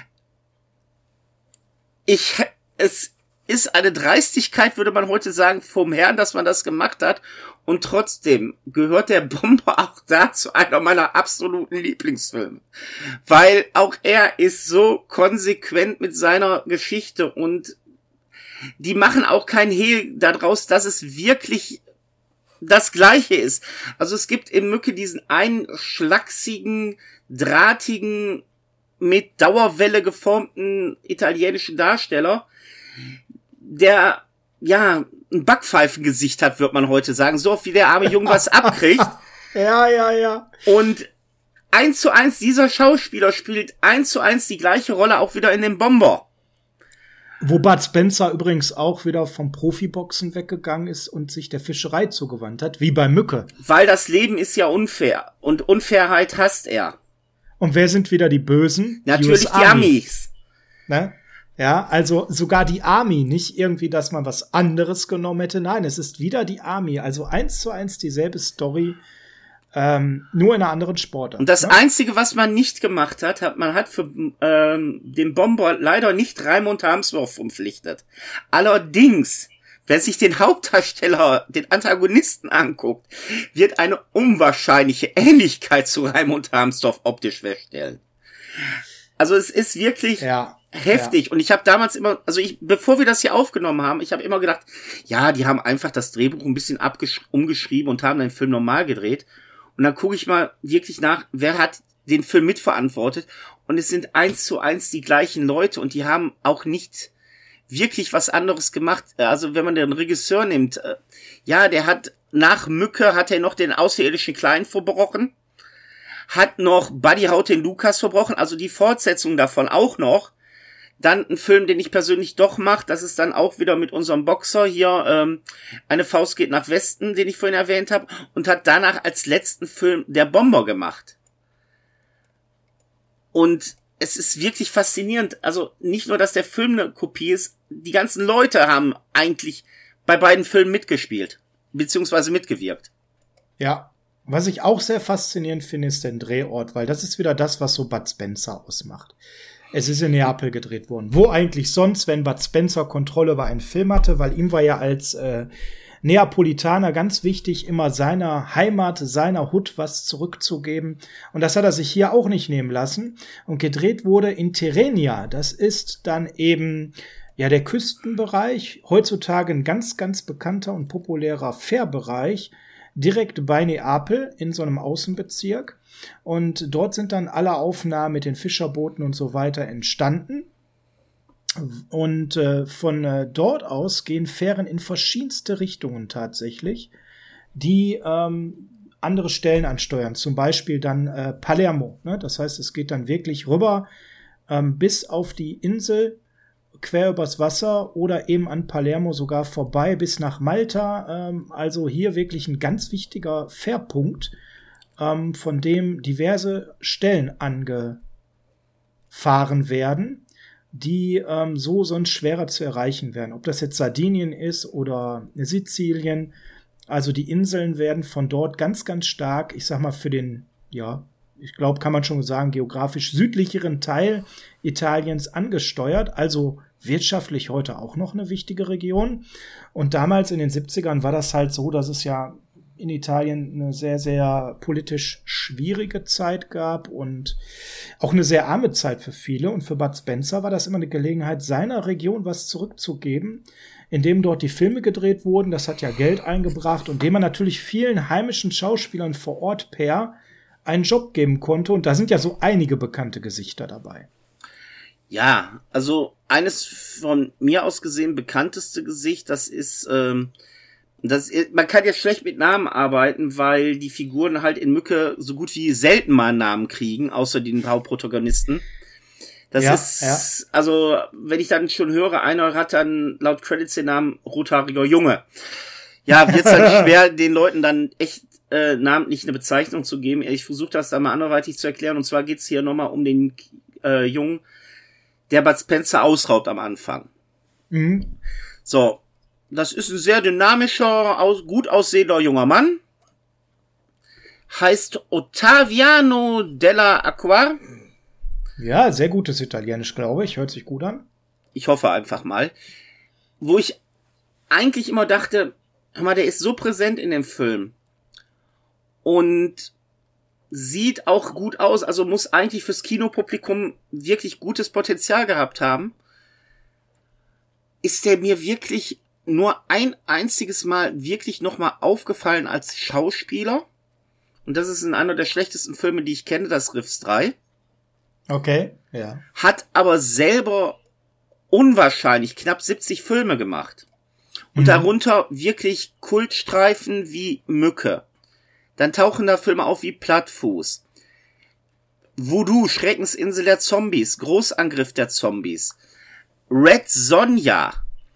Es ist eine Dreistigkeit, würde man heute sagen, vom Herrn, dass man das gemacht hat. Und trotzdem gehört der Bomber auch dazu einer meiner absoluten Lieblingsfilme. Weil auch er ist so konsequent mit seiner Geschichte, und die machen auch kein Hehl daraus, dass es wirklich das Gleiche ist. Also es gibt in Mücke diesen einen schlachsigen, drahtigen, mit Dauerwelle geformten italienischen Darsteller, der, ja, ein Backpfeifengesicht hat, wird man heute sagen. So oft wie der arme Junge was abkriegt. Ja. Und 1:1, dieser Schauspieler spielt 1:1 die gleiche Rolle auch wieder in dem Bomber. Wo Bud Spencer übrigens auch wieder vom Profiboxen weggegangen ist und sich der Fischerei zugewandt hat, wie bei Mücke. Weil das Leben ist ja unfair. Und Unfairheit hasst er. Und wer sind wieder die Bösen? Natürlich die Amis. Ne? Ja, also sogar die Army, nicht irgendwie, dass man was anderes genommen hätte. Nein, es ist wieder die Army. Also 1:1 dieselbe Story, nur in einer anderen Sportart. Und das Einzige, was man nicht gemacht hat, man hat für den Bomber leider nicht Raimund Harmsworth verpflichtet. Allerdings, wer sich den Hauptdarsteller, den Antagonisten anguckt, wird eine unwahrscheinliche Ähnlichkeit zu Raimund Harmsworth optisch feststellen. Also es ist wirklich heftig. Ja. Und ich habe damals immer, bevor wir das hier aufgenommen haben, ich habe immer gedacht, ja, die haben einfach das Drehbuch ein bisschen umgeschrieben und haben den Film normal gedreht. Und dann gucke ich mal wirklich nach, wer hat den Film mitverantwortet. Und es sind 1:1 die gleichen Leute und die haben auch nicht wirklich was anderes gemacht. Also wenn man den Regisseur nimmt, der hat nach Mücke hat er noch den außerirdischen Kleinen verbrochen, hat noch Buddy haut den Lukas verbrochen, also die Fortsetzung davon auch noch. Dann ein Film, den ich persönlich doch mache, das ist dann auch wieder mit unserem Boxer hier, Eine Faust geht nach Westen, den ich vorhin erwähnt habe, und hat danach als letzten Film Der Bomber gemacht. Und es ist wirklich faszinierend, also nicht nur, dass der Film eine Kopie ist, die ganzen Leute haben eigentlich bei beiden Filmen mitgespielt, beziehungsweise mitgewirkt. Ja, was ich auch sehr faszinierend finde, ist der Drehort, weil das ist wieder das, was so Bud Spencer ausmacht. Es ist in Neapel gedreht worden. Wo eigentlich sonst, wenn Bud Spencer Kontrolle über einen Film hatte, weil ihm war ja als Neapolitaner ganz wichtig, immer seiner Heimat, seiner Hut was zurückzugeben. Und das hat er sich hier auch nicht nehmen lassen. Und gedreht wurde in Tirrenia. Das ist dann eben der Küstenbereich. Heutzutage ein ganz, ganz bekannter und populärer Fährbereich. Direkt bei Neapel in so einem Außenbezirk. Und dort sind dann alle Aufnahmen mit den Fischerbooten und so weiter entstanden. Und von dort aus gehen Fähren in verschiedenste Richtungen tatsächlich, die andere Stellen ansteuern. Zum Beispiel dann Palermo. Ne? Das heißt, es geht dann wirklich rüber bis auf die Insel, quer übers Wasser oder eben an Palermo sogar vorbei bis nach Malta. Also hier wirklich ein ganz wichtiger Fährpunkt, von dem diverse Stellen angefahren werden, die sonst schwerer zu erreichen wären. Ob das jetzt Sardinien ist oder Sizilien. Also die Inseln werden von dort ganz, ganz stark, ich sag mal, für den, ich glaube, kann man schon sagen, geografisch südlicheren Teil Italiens angesteuert. Also wirtschaftlich heute auch noch eine wichtige Region. Und damals in den 70ern war das halt so, dass es ja in Italien eine sehr, sehr politisch schwierige Zeit gab und auch eine sehr arme Zeit für viele. Und für Bud Spencer war das immer eine Gelegenheit, seiner Region was zurückzugeben, indem dort die Filme gedreht wurden. Das hat ja Geld eingebracht und indem man natürlich vielen heimischen Schauspielern vor Ort einen Job geben konnte. Und da sind ja so einige bekannte Gesichter dabei. Ja, also eines von mir aus gesehen bekannteste Gesicht, das ist, man kann ja schlecht mit Namen arbeiten, weil die Figuren halt in Mücke so gut wie selten mal einen Namen kriegen, außer den Hauptprotagonisten. Das ist, also, wenn ich dann schon höre, einer hat dann laut Credits den Namen Rothaariger Junge. Ja, wird's dann schwer, den Leuten dann echt namentlich eine Bezeichnung zu geben. Ich versuche das dann mal anderweitig zu erklären, und zwar geht's hier nochmal um den Jungen, der Bud Spencer ausraubt am Anfang. Mhm. So, das ist ein sehr dynamischer, gut aussehender junger Mann. Heißt Ottaviano della Acquar. Ja, sehr gutes Italienisch, glaube ich. Hört sich gut an. Ich hoffe einfach mal. Wo ich eigentlich immer dachte, hör mal, der ist so präsent in dem Film. Und sieht auch gut aus, also muss eigentlich fürs Kinopublikum wirklich gutes Potenzial gehabt haben. Ist der mir wirklich nur ein einziges Mal wirklich nochmal aufgefallen als Schauspieler. Und das ist in einer der schlechtesten Filme, die ich kenne, das Riffs 3. Okay, ja. Hat aber selber unwahrscheinlich knapp 70 Filme gemacht. Und darunter wirklich Kultstreifen wie Mücke. Dann tauchen da Filme auf wie Plattfuß. Voodoo, Schreckensinsel der Zombies, Großangriff der Zombies. Red Sonja.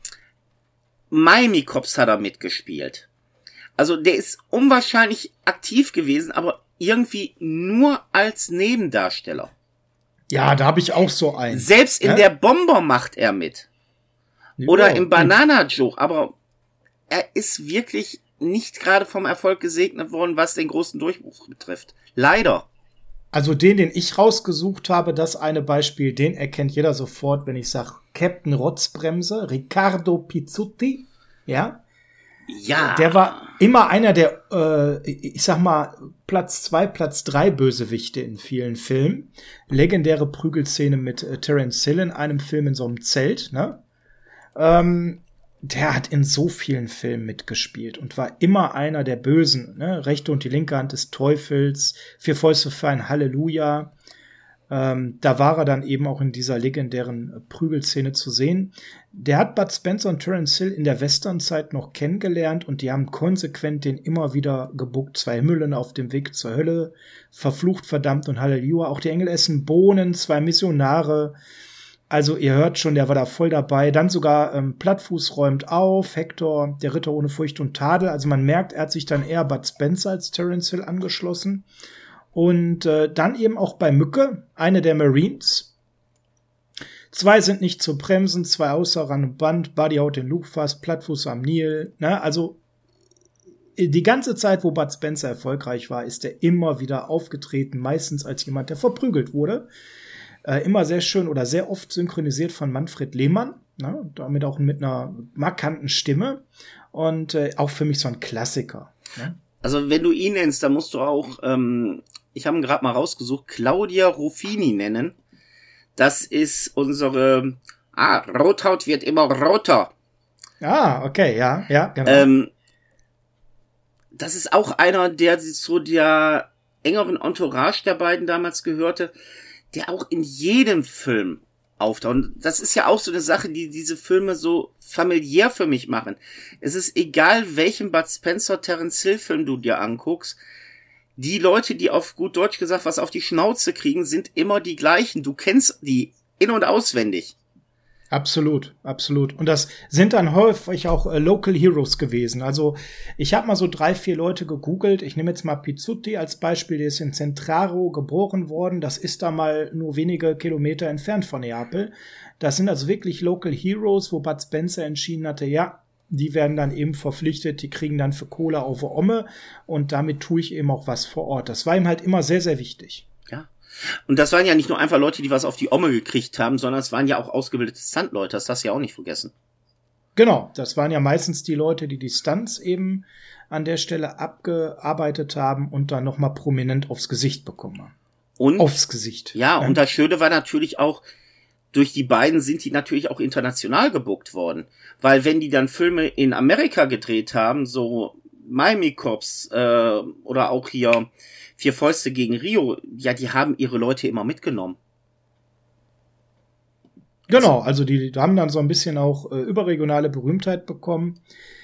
Miami Cops hat er mitgespielt. Also der ist unwahrscheinlich aktiv gewesen, aber irgendwie nur als Nebendarsteller. Ja, da habe ich auch so einen. Selbst in der Bomber macht er mit. Oder im Banana Joe, aber er ist wirklich nicht gerade vom Erfolg gesegnet worden, was den großen Durchbruch betrifft. Leider. Also den ich rausgesucht habe, das eine Beispiel, den erkennt jeder sofort, wenn ich sage Captain Rotzbremse, Riccardo Pizzuti, ja? Ja. Der war immer einer der, ich sag mal, Platz 2, Platz 3 Bösewichte in vielen Filmen. Legendäre Prügelszene mit Terence Hill in einem Film in so einem Zelt, ne? Der hat in so vielen Filmen mitgespielt und war immer einer der Bösen, ne? Rechte und die linke Hand des Teufels, Vier Fäuste für ein Halleluja. Da war er dann eben auch in dieser legendären Prügelszene zu sehen. Der hat Bud Spencer und Terence Hill in der Westernzeit noch kennengelernt und die haben konsequent den immer wieder gebuckt. 2 Himmel auf dem Weg zur Hölle, Verflucht, verdammt und Halleluja. Auch die Engel essen Bohnen, 2 Missionare. Also ihr hört schon, der war da voll dabei. Dann sogar Plattfuß räumt auf, Hector, der Ritter ohne Furcht und Tadel. Also man merkt, er hat sich dann eher Bud Spencer als Terence Hill angeschlossen. Und dann eben auch bei Mücke, eine der Marines. 2 sind nicht zu bremsen, 2 außer Rand und Band, Buddy haut den Luke fast, Plattfuß am Nil. Ne? Also die ganze Zeit, wo Bud Spencer erfolgreich war, ist er immer wieder aufgetreten, meistens als jemand, der verprügelt wurde. Immer sehr schön oder sehr oft synchronisiert von Manfred Lehmann, ne? Damit auch mit einer markanten Stimme und auch für mich so ein Klassiker. Ne? Also wenn du ihn nennst, dann musst du auch, ich habe ihn gerade mal rausgesucht, Claudia Ruffini nennen. Das ist unsere, Rothaut wird immer roter. Ah, okay, ja, genau. Das ist auch einer, der zu der engeren Entourage der beiden damals gehörte, der auch in jedem Film auftaucht. Und das ist ja auch so eine Sache, die diese Filme so familiär für mich machen. Es ist egal, welchen Bud Spencer, Terence Hill Film du dir anguckst. Die Leute, die auf gut Deutsch gesagt was auf die Schnauze kriegen, sind immer die gleichen. Du kennst die in- und auswendig. Absolut, absolut. Und das sind dann häufig auch Local Heroes gewesen. Also ich habe mal so 3, 4 Leute gegoogelt. Ich nehme jetzt mal Pizzuti als Beispiel. Der ist in Centraro geboren worden. Das ist da mal nur wenige Kilometer entfernt von Neapel. Das sind also wirklich Local Heroes, wo Bud Spencer entschieden hatte, ja, die werden dann eben verpflichtet, die kriegen dann für Kohle auf Omme und damit tue ich eben auch was vor Ort. Das war ihm halt immer sehr, sehr wichtig. Ja. Und das waren ja nicht nur einfach Leute, die was auf die Omme gekriegt haben, sondern es waren ja auch ausgebildete Stuntleute, das darfst du ja auch nicht vergessen. Genau, das waren ja meistens die Leute, die Stunts eben an der Stelle abgearbeitet haben und dann nochmal prominent aufs Gesicht bekommen haben. Und aufs Gesicht. Ja, und das Schöne war natürlich auch, durch die beiden sind die natürlich auch international gebuckt worden. Weil wenn die dann Filme in Amerika gedreht haben, so Miami Cops oder auch hier Vier Fäuste gegen Rio, ja, die haben ihre Leute immer mitgenommen. Genau, also die haben dann so ein bisschen auch überregionale Berühmtheit bekommen.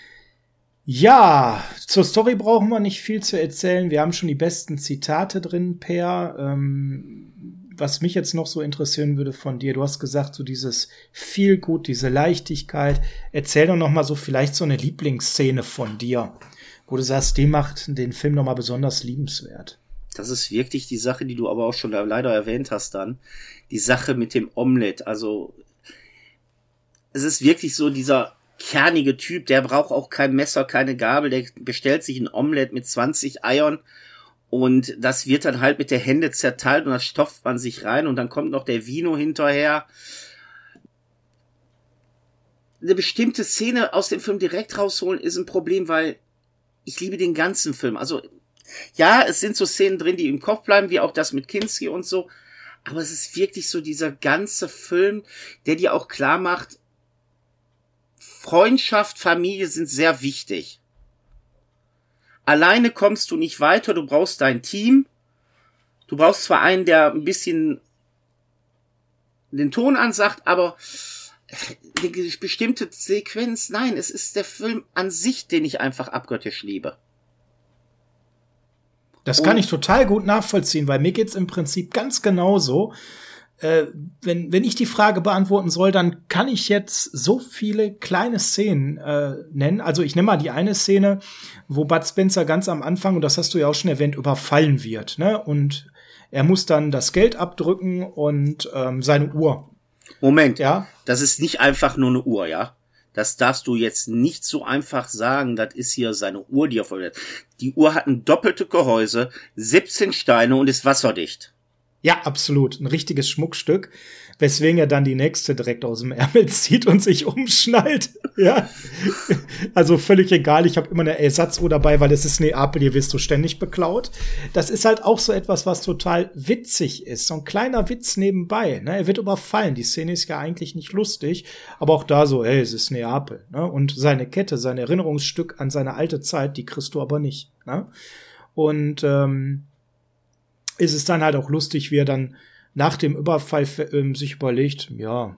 Ja, zur Story brauchen wir nicht viel zu erzählen. Wir haben schon die besten Zitate drin, Per. Was mich jetzt noch so interessieren würde von dir, du hast gesagt, so dieses Feelgood, diese Leichtigkeit. Erzähl doch noch mal so vielleicht so eine Lieblingsszene von dir, wo du sagst, die macht den Film noch mal besonders liebenswert. Das ist wirklich die Sache, die du aber auch schon leider erwähnt hast dann. Die Sache mit dem Omelett. Also es ist wirklich so dieser kernige Typ, der braucht auch kein Messer, keine Gabel, der bestellt sich ein Omelett mit 20 Eiern und das wird dann halt mit der Hände zerteilt und das stopft man sich rein und dann kommt noch der Vino hinterher. Eine bestimmte Szene aus dem Film direkt rausholen ist ein Problem, weil ich liebe den ganzen Film. Also ja, es sind so Szenen drin, die im Kopf bleiben, wie auch das mit Kinski und so, aber es ist wirklich so dieser ganze Film, der dir auch klar macht, Freundschaft, Familie sind sehr wichtig. Alleine kommst du nicht weiter, du brauchst dein Team. Du brauchst zwar einen, der ein bisschen den Ton ansagt, aber eine bestimmte Sequenz, nein, es ist der Film an sich, den ich einfach abgöttisch liebe. Das kann ich total gut nachvollziehen, weil mir geht's im Prinzip ganz genauso. Wenn ich die Frage beantworten soll, dann kann ich jetzt so viele kleine Szenen nennen. Also ich nehme mal die eine Szene, wo Bud Spencer ganz am Anfang, und das hast du ja auch schon erwähnt, überfallen wird, ne? Und er muss dann das Geld abdrücken und seine Uhr. Moment, ja? Das ist nicht einfach nur eine Uhr, ja? Das darfst du jetzt nicht so einfach sagen, das ist hier seine Uhr, die er verwendet. Die Uhr hat ein doppeltes Gehäuse, 17 Steine und ist wasserdicht. Ja, absolut. Ein richtiges Schmuckstück, weswegen er dann die nächste direkt aus dem Ärmel zieht und sich umschnallt. Ja. Also völlig egal, ich habe immer eine Ersatzuhr dabei, weil es ist Neapel, hier wirst du ständig beklaut. Das ist halt auch so etwas, was total witzig ist. So ein kleiner Witz nebenbei. Ne? Er wird überfallen. Die Szene ist ja eigentlich nicht lustig, aber auch da so, es ist Neapel. Ne? Und seine Kette, sein Erinnerungsstück an seine alte Zeit, die kriegst du aber nicht. Ne? Und ist es dann halt auch lustig, wie er dann nach dem Überfall sich überlegt, ja,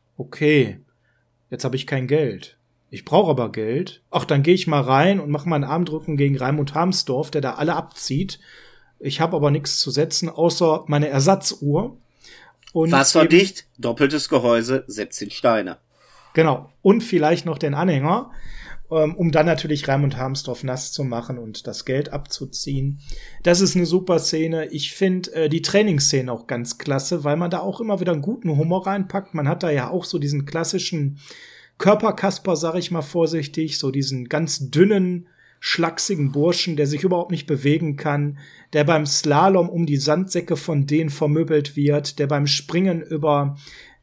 okay, jetzt habe ich kein Geld. Ich brauche aber Geld. Ach, dann gehe ich mal rein und mache mal einen Armdrücken gegen Raimund Harmsdorf, der da alle abzieht. Ich habe aber nichts zu setzen, außer meine Ersatzuhr. Und wasserdicht, doppeltes Gehäuse, 17 Steine. Genau. Und vielleicht noch den Anhänger, um dann natürlich Raimund Harmsdorf nass zu machen und das Geld abzuziehen. Das ist eine super Szene. Ich finde die Trainingsszene auch ganz klasse, weil man da auch immer wieder einen guten Humor reinpackt. Man hat da ja auch so diesen klassischen Körperkasper, sag ich mal vorsichtig, so diesen ganz dünnen, schlachsigen Burschen, der sich überhaupt nicht bewegen kann, der beim Slalom um die Sandsäcke von denen vermöbelt wird, der beim Springen über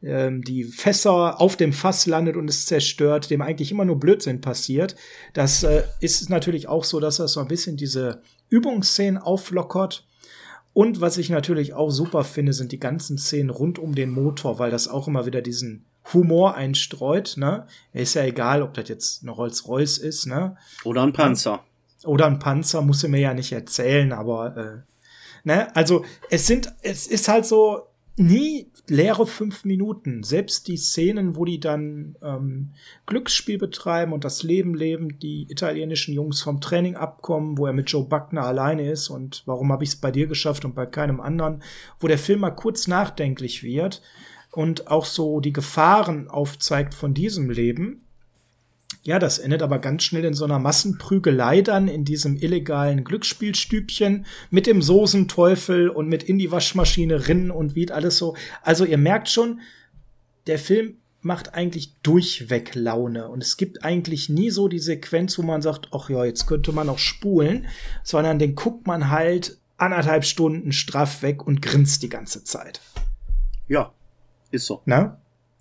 die Fässer auf dem Fass landet und es zerstört, dem eigentlich immer nur Blödsinn passiert. Das ist natürlich auch so, dass das so ein bisschen diese Übungsszenen auflockert. Und was ich natürlich auch super finde, sind die ganzen Szenen rund um den Motor, weil das auch immer wieder diesen Humor einstreut. Ne? Ist ja egal, ob das jetzt eine Rolls-Royce ist. Ne? Oder ein Panzer. Oder ein Panzer, muss er mir ja nicht erzählen, aber ne? Also es ist halt so nie leere 5 Minuten. Selbst die Szenen, wo die dann Glücksspiel betreiben und das Leben leben, die italienischen Jungs vom Training abkommen, wo er mit Joe Buckner alleine ist und warum habe ich es bei dir geschafft und bei keinem anderen, wo der Film mal kurz nachdenklich wird und auch so die Gefahren aufzeigt von diesem Leben. Ja, das endet aber ganz schnell in so einer Massenprügelei dann in diesem illegalen Glücksspielstübchen mit dem Soßenteufel und mit in die Waschmaschine rinnen und wie alles so. Also ihr merkt schon, der Film macht eigentlich durchweg Laune und es gibt eigentlich nie so die Sequenz, wo man sagt, ach ja, jetzt könnte man auch spulen, sondern den guckt man halt 1,5 Stunden straff weg und grinst die ganze Zeit. Ja, ist so. Na?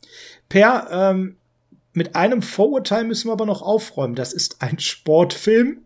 Per, mit einem Vorurteil müssen wir aber noch aufräumen. Das ist ein Sportfilm,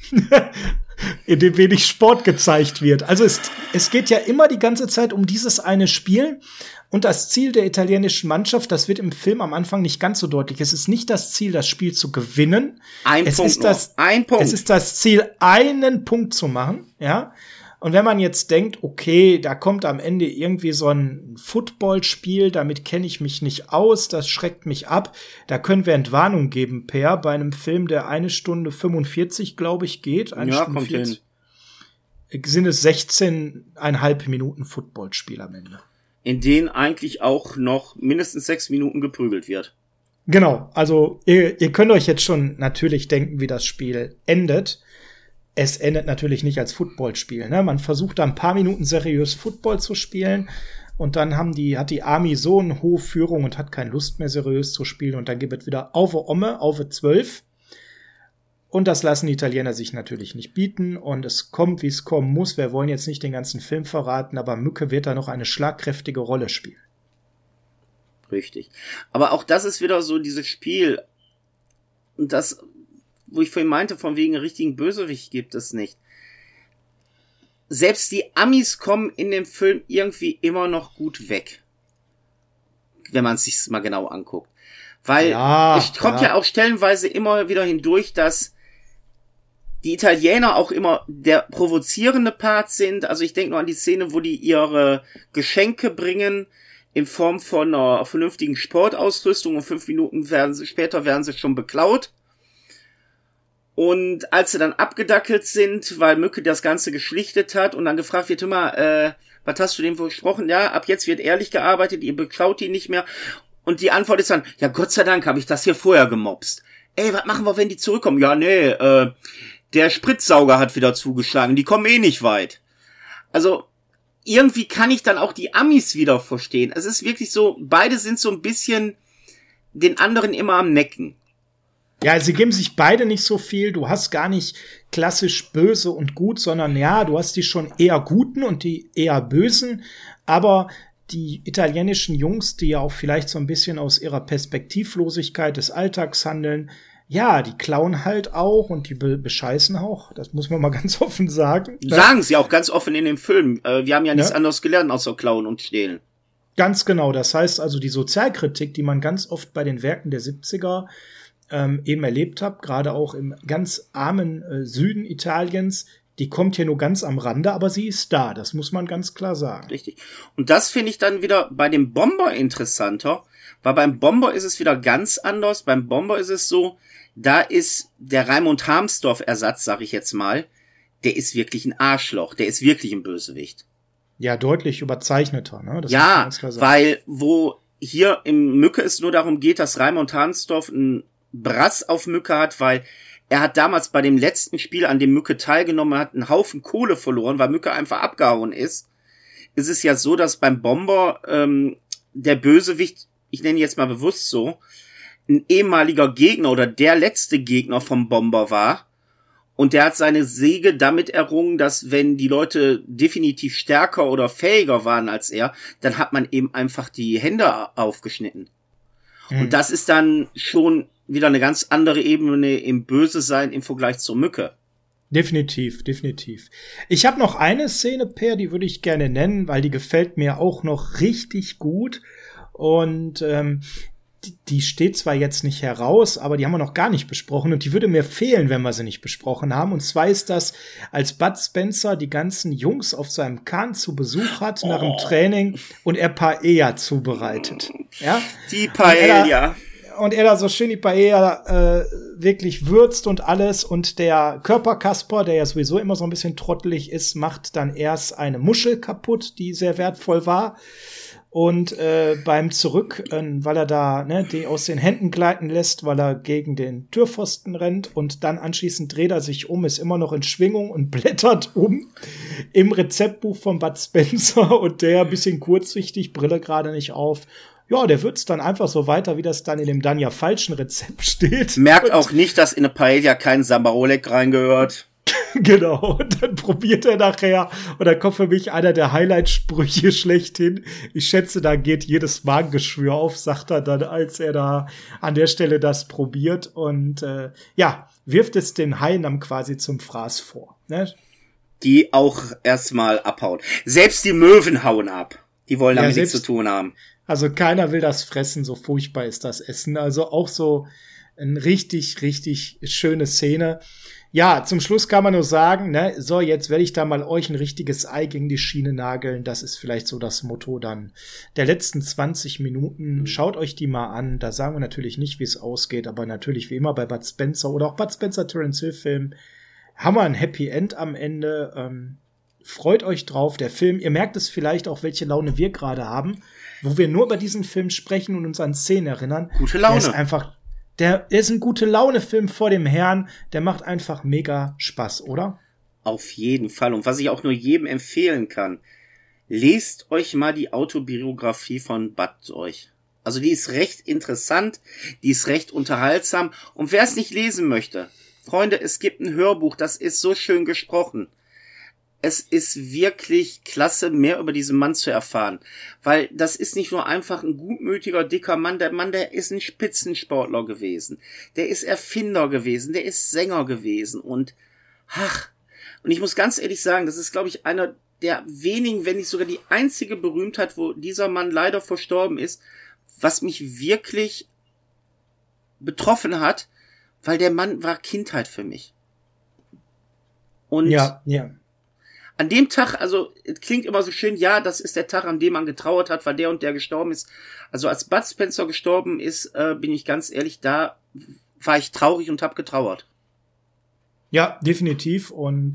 in dem wenig Sport gezeigt wird. Also es geht ja immer die ganze Zeit um dieses eine Spiel. Und das Ziel der italienischen Mannschaft, das wird im Film am Anfang nicht ganz so deutlich. Es ist nicht das Ziel, das Spiel zu gewinnen. Ein Punkt. Es ist das Ziel, einen Punkt zu machen. Ja. Und wenn man jetzt denkt, okay, da kommt am Ende irgendwie so ein Footballspiel, damit kenne ich mich nicht aus, das schreckt mich ab, da können wir Entwarnung geben, Per, bei einem Film, der 1 Stunde 45, glaube ich, geht. Ja, kommt 40, hin. Sind es 16,5 Minuten Footballspiel am Ende. In denen eigentlich auch noch mindestens 6 Minuten geprügelt wird. Genau, also ihr könnt euch jetzt schon natürlich denken, wie das Spiel endet. Es endet natürlich nicht als Footballspiel. Ne? Man versucht da ein paar Minuten seriös Football zu spielen und dann hat die Army so eine hohe Führung und hat keine Lust mehr seriös zu spielen und dann gibt es wieder auf 12 und das lassen die Italiener sich natürlich nicht bieten und es kommt, wie es kommen muss. Wir wollen jetzt nicht den ganzen Film verraten, aber Mücke wird da noch eine schlagkräftige Rolle spielen. Richtig. Aber auch das ist wieder so dieses Spiel und das, wo ich vorhin meinte, von wegen richtigen Bösewicht gibt es nicht. Selbst die Amis kommen in dem Film irgendwie immer noch gut weg. Wenn man es sich mal genau anguckt. Weil es kommt ja auch stellenweise immer wieder hindurch, dass die Italiener auch immer der provozierende Part sind. Also ich denke nur an die Szene, wo die ihre Geschenke bringen in Form von einer vernünftigen Sportausrüstung und 5 Minuten später werden sie schon beklaut. Und als sie dann abgedackelt sind, weil Mücke das Ganze geschlichtet hat und dann gefragt wird immer, was hast du dem versprochen? Ja, ab jetzt wird ehrlich gearbeitet, ihr beklaut die nicht mehr. Und die Antwort ist dann, ja Gott sei Dank habe ich das hier vorher gemobst. Ey, was machen wir, wenn die zurückkommen? Ja, nee, der Spritzsauger hat wieder zugeschlagen, die kommen eh nicht weit. Also, irgendwie kann ich dann auch die Amis wieder verstehen. Es ist wirklich so, beide sind so ein bisschen den anderen immer am Necken. Ja, sie geben sich beide nicht so viel. Du hast gar nicht klassisch böse und gut, sondern ja, du hast die schon eher Guten und die eher Bösen. Aber die italienischen Jungs, die ja auch vielleicht so ein bisschen aus ihrer Perspektivlosigkeit des Alltags handeln, ja, die klauen halt auch und die bescheißen auch. Das muss man mal ganz offen sagen. Sagen sie auch ganz offen in dem Film. Wir haben ja nichts anderes gelernt, außer klauen und stehlen. Ganz genau. Das heißt also, die Sozialkritik, die man ganz oft bei den Werken der 70er eben erlebt hat, gerade auch im ganz armen Süden Italiens, die kommt hier nur ganz am Rande, aber sie ist da. Das muss man ganz klar sagen. Richtig. Und das finde ich dann wieder bei dem Bomber interessanter, weil beim Bomber ist es wieder ganz anders. Beim Bomber ist es so, da ist der Raimund Harmsdorf-Ersatz, sag ich jetzt mal, der ist wirklich ein Arschloch, der ist wirklich ein Bösewicht. Ja, deutlich überzeichneter, ne? Das ja, weil wo hier im Mücke es nur darum geht, dass Raimund Harmsdorf einen Brass auf Mücke hat, weil er hat damals bei dem letzten Spiel, an dem Mücke teilgenommen hat, einen Haufen Kohle verloren, weil Mücke einfach abgehauen ist. Ist es ja so, dass beim Bomber der Bösewicht, ich nenne ihn jetzt mal bewusst so, ein ehemaliger Gegner oder der letzte Gegner vom Bomber war. Und der hat seine Siege damit errungen, dass wenn die Leute definitiv stärker oder fähiger waren als er, dann hat man eben einfach die Hände aufgeschnitten. Und das ist dann schon wieder eine ganz andere Ebene im Böse-Sein im Vergleich zur Mücke. Definitiv, definitiv. Ich habe noch eine Szene, Per, die würde ich gerne nennen, weil die gefällt mir auch noch richtig gut. Und die steht zwar jetzt nicht heraus, aber die haben wir noch gar nicht besprochen und die würde mir fehlen, wenn wir sie nicht besprochen haben. Und zwar ist das, als Bud Spencer die ganzen Jungs auf seinem Kahn zu Besuch hat nach dem Training und er Paella zubereitet. Ja? Die Paella. Und er da so schön die Paella wirklich würzt und alles. Und der Körperkasper, der ja sowieso immer so ein bisschen trottelig ist, macht dann erst eine Muschel kaputt, die sehr wertvoll war. Und beim Zurück, weil er da die aus den Händen gleiten lässt, weil er gegen den Türpfosten rennt und dann anschließend dreht er sich um, ist immer noch in Schwingung und blättert um im Rezeptbuch von Bud Spencer und der, bisschen kurzsichtig, Brille gerade nicht auf. Ja, der würzt dann einfach so weiter, wie das dann in dem dann ja falschen Rezept steht. Merkt auch nicht, dass in eine Paella kein Sambarolek reingehört. Genau, und dann probiert er nachher und dann kommt für mich einer der Highlight-Sprüche schlechthin. Ich schätze, da geht jedes Magengeschwür auf, sagt er dann, als er da an der Stelle das probiert und wirft es den Haien dann quasi zum Fraß vor. Ne? Die auch erstmal abhauen. Selbst die Möwen hauen ab. Die wollen damit nichts zu tun haben. Also keiner will das fressen, so furchtbar ist das Essen. Also auch so eine richtig, richtig schöne Szene. Ja, zum Schluss kann man nur sagen, so, jetzt werde ich da mal euch ein richtiges Ei gegen die Schiene nageln. Das ist vielleicht so das Motto dann der letzten 20 Minuten. Schaut euch die mal an. Da sagen wir natürlich nicht, wie es ausgeht, aber natürlich wie immer bei Bud Spencer oder auch Bud Spencer Terence Hill Film haben wir ein Happy End am Ende. Freut euch drauf. Der Film, ihr merkt es vielleicht auch, welche Laune wir gerade haben, wo wir nur über diesen Film sprechen und uns an Szenen erinnern. Gute Laune. Der ist ein Gute-Laune-Film vor dem Herrn. Der macht einfach mega Spaß, oder? Auf jeden Fall. Und was ich auch nur jedem empfehlen kann, lest euch mal die Autobiografie von Bud durch. Also die ist recht interessant, die ist recht unterhaltsam. Und wer es nicht lesen möchte, Freunde, es gibt ein Hörbuch, das ist so schön gesprochen. Es ist wirklich klasse, mehr über diesen Mann zu erfahren. Weil das ist nicht nur einfach ein gutmütiger, dicker Mann. Der Mann, der ist ein Spitzensportler gewesen. Der ist Erfinder gewesen. Der ist Sänger gewesen. Und ich muss ganz ehrlich sagen, das ist, glaube ich, einer der wenigen, wenn nicht sogar die einzige Berühmtheit, wo dieser Mann leider verstorben ist, was mich wirklich betroffen hat, weil der Mann war Kindheit für mich. Und ja. an dem Tag, also es klingt immer so schön, ja, das ist der Tag, an dem man getrauert hat, weil der und der gestorben ist. Also als Bud Spencer gestorben ist, bin ich ganz ehrlich, da war ich traurig und habe getrauert. Ja, definitiv. Und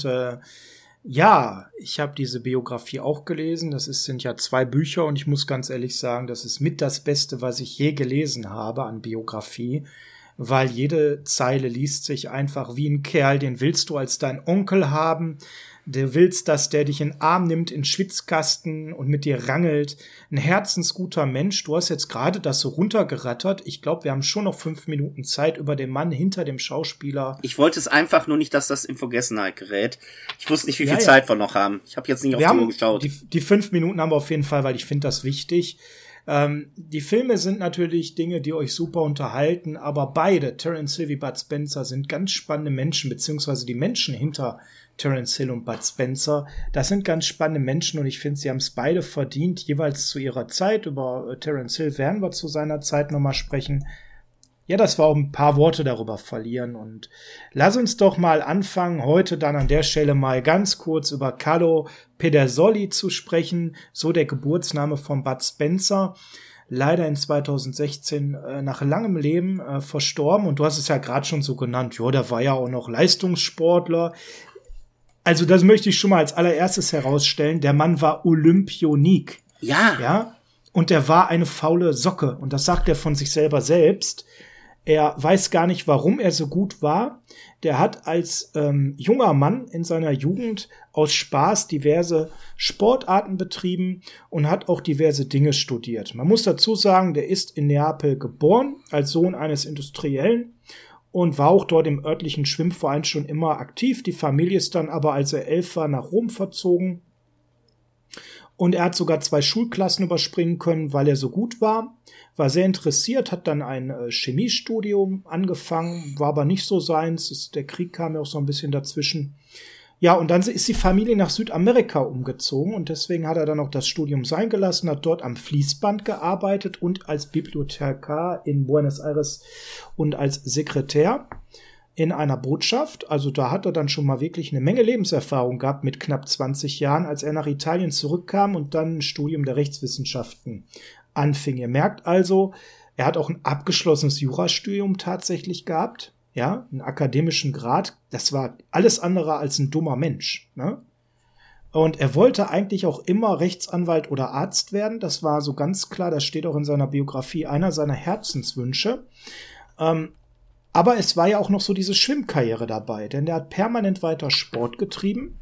ja, ich habe diese Biografie auch gelesen. Sind ja 2 Bücher und ich muss ganz ehrlich sagen, das ist mit das Beste, was ich je gelesen habe an Biografie, weil jede Zeile liest sich einfach wie ein Kerl, den willst du als dein Onkel haben. Du willst, dass der dich in den Arm nimmt, in den Schwitzkasten und mit dir rangelt. Ein herzensguter Mensch. Du hast jetzt gerade das so runtergerattert. Ich glaube, wir haben schon noch 5 Minuten Zeit, über den Mann hinter dem Schauspieler. Ich wollte es einfach nur nicht, dass das in Vergessenheit gerät. Ich wusste nicht, wie viel Zeit wir noch haben. Ich habe jetzt nicht auf die Uhr geschaut. Die 5 Minuten haben wir auf jeden Fall, weil ich finde das wichtig. Die Filme sind natürlich Dinge, die euch super unterhalten, aber beide, Terence Hill wie Bud Spencer, sind ganz spannende Menschen, beziehungsweise die Menschen hinter Terence Hill und Bud Spencer, das sind ganz spannende Menschen und ich finde, sie haben es beide verdient, jeweils zu ihrer Zeit. Über Terence Hill werden wir zu seiner Zeit nochmal sprechen. Ja, das war auch ein paar Worte darüber verlieren und lass uns doch mal anfangen, heute dann an der Stelle mal ganz kurz über Carlo Pedersoli zu sprechen, so der Geburtsname von Bud Spencer. Leider in 2016 nach langem Leben verstorben und du hast es ja gerade schon so genannt, ja, der war ja auch noch Leistungssportler. Also das möchte ich schon mal als allererstes herausstellen. Der Mann war Olympionik. Ja. Und der war eine faule Socke. Und das sagt er von sich selber selbst. Er weiß gar nicht, warum er so gut war. Der hat als junger Mann in seiner Jugend aus Spaß diverse Sportarten betrieben und hat auch diverse Dinge studiert. Man muss dazu sagen, der ist in Neapel geboren, als Sohn eines Industriellen. Und war auch dort im örtlichen Schwimmverein schon immer aktiv. Die Familie ist dann aber, als er 11 war, nach Rom verzogen. Und er hat sogar 2 Schulklassen überspringen können, weil er so gut war. War sehr interessiert, hat dann ein Chemiestudium angefangen, war aber nicht so seins. Der Krieg kam ja auch so ein bisschen dazwischen. Ja, und dann ist die Familie nach Südamerika umgezogen und deswegen hat er dann auch das Studium sein gelassen, hat dort am Fließband gearbeitet und als Bibliothekar in Buenos Aires und als Sekretär in einer Botschaft. Also da hat er dann schon mal wirklich eine Menge Lebenserfahrung gehabt mit knapp 20 Jahren, als er nach Italien zurückkam und dann ein Studium der Rechtswissenschaften anfing. Ihr merkt also, er hat auch ein abgeschlossenes Jurastudium tatsächlich gehabt. Ja, einen akademischen Grad, das war alles andere als ein dummer Mensch, ne? Und er wollte eigentlich auch immer Rechtsanwalt oder Arzt werden, das war so ganz klar, das steht auch in seiner Biografie, einer seiner Herzenswünsche. Aber es war ja auch noch so diese Schwimmkarriere dabei, denn der hat permanent weiter Sport getrieben.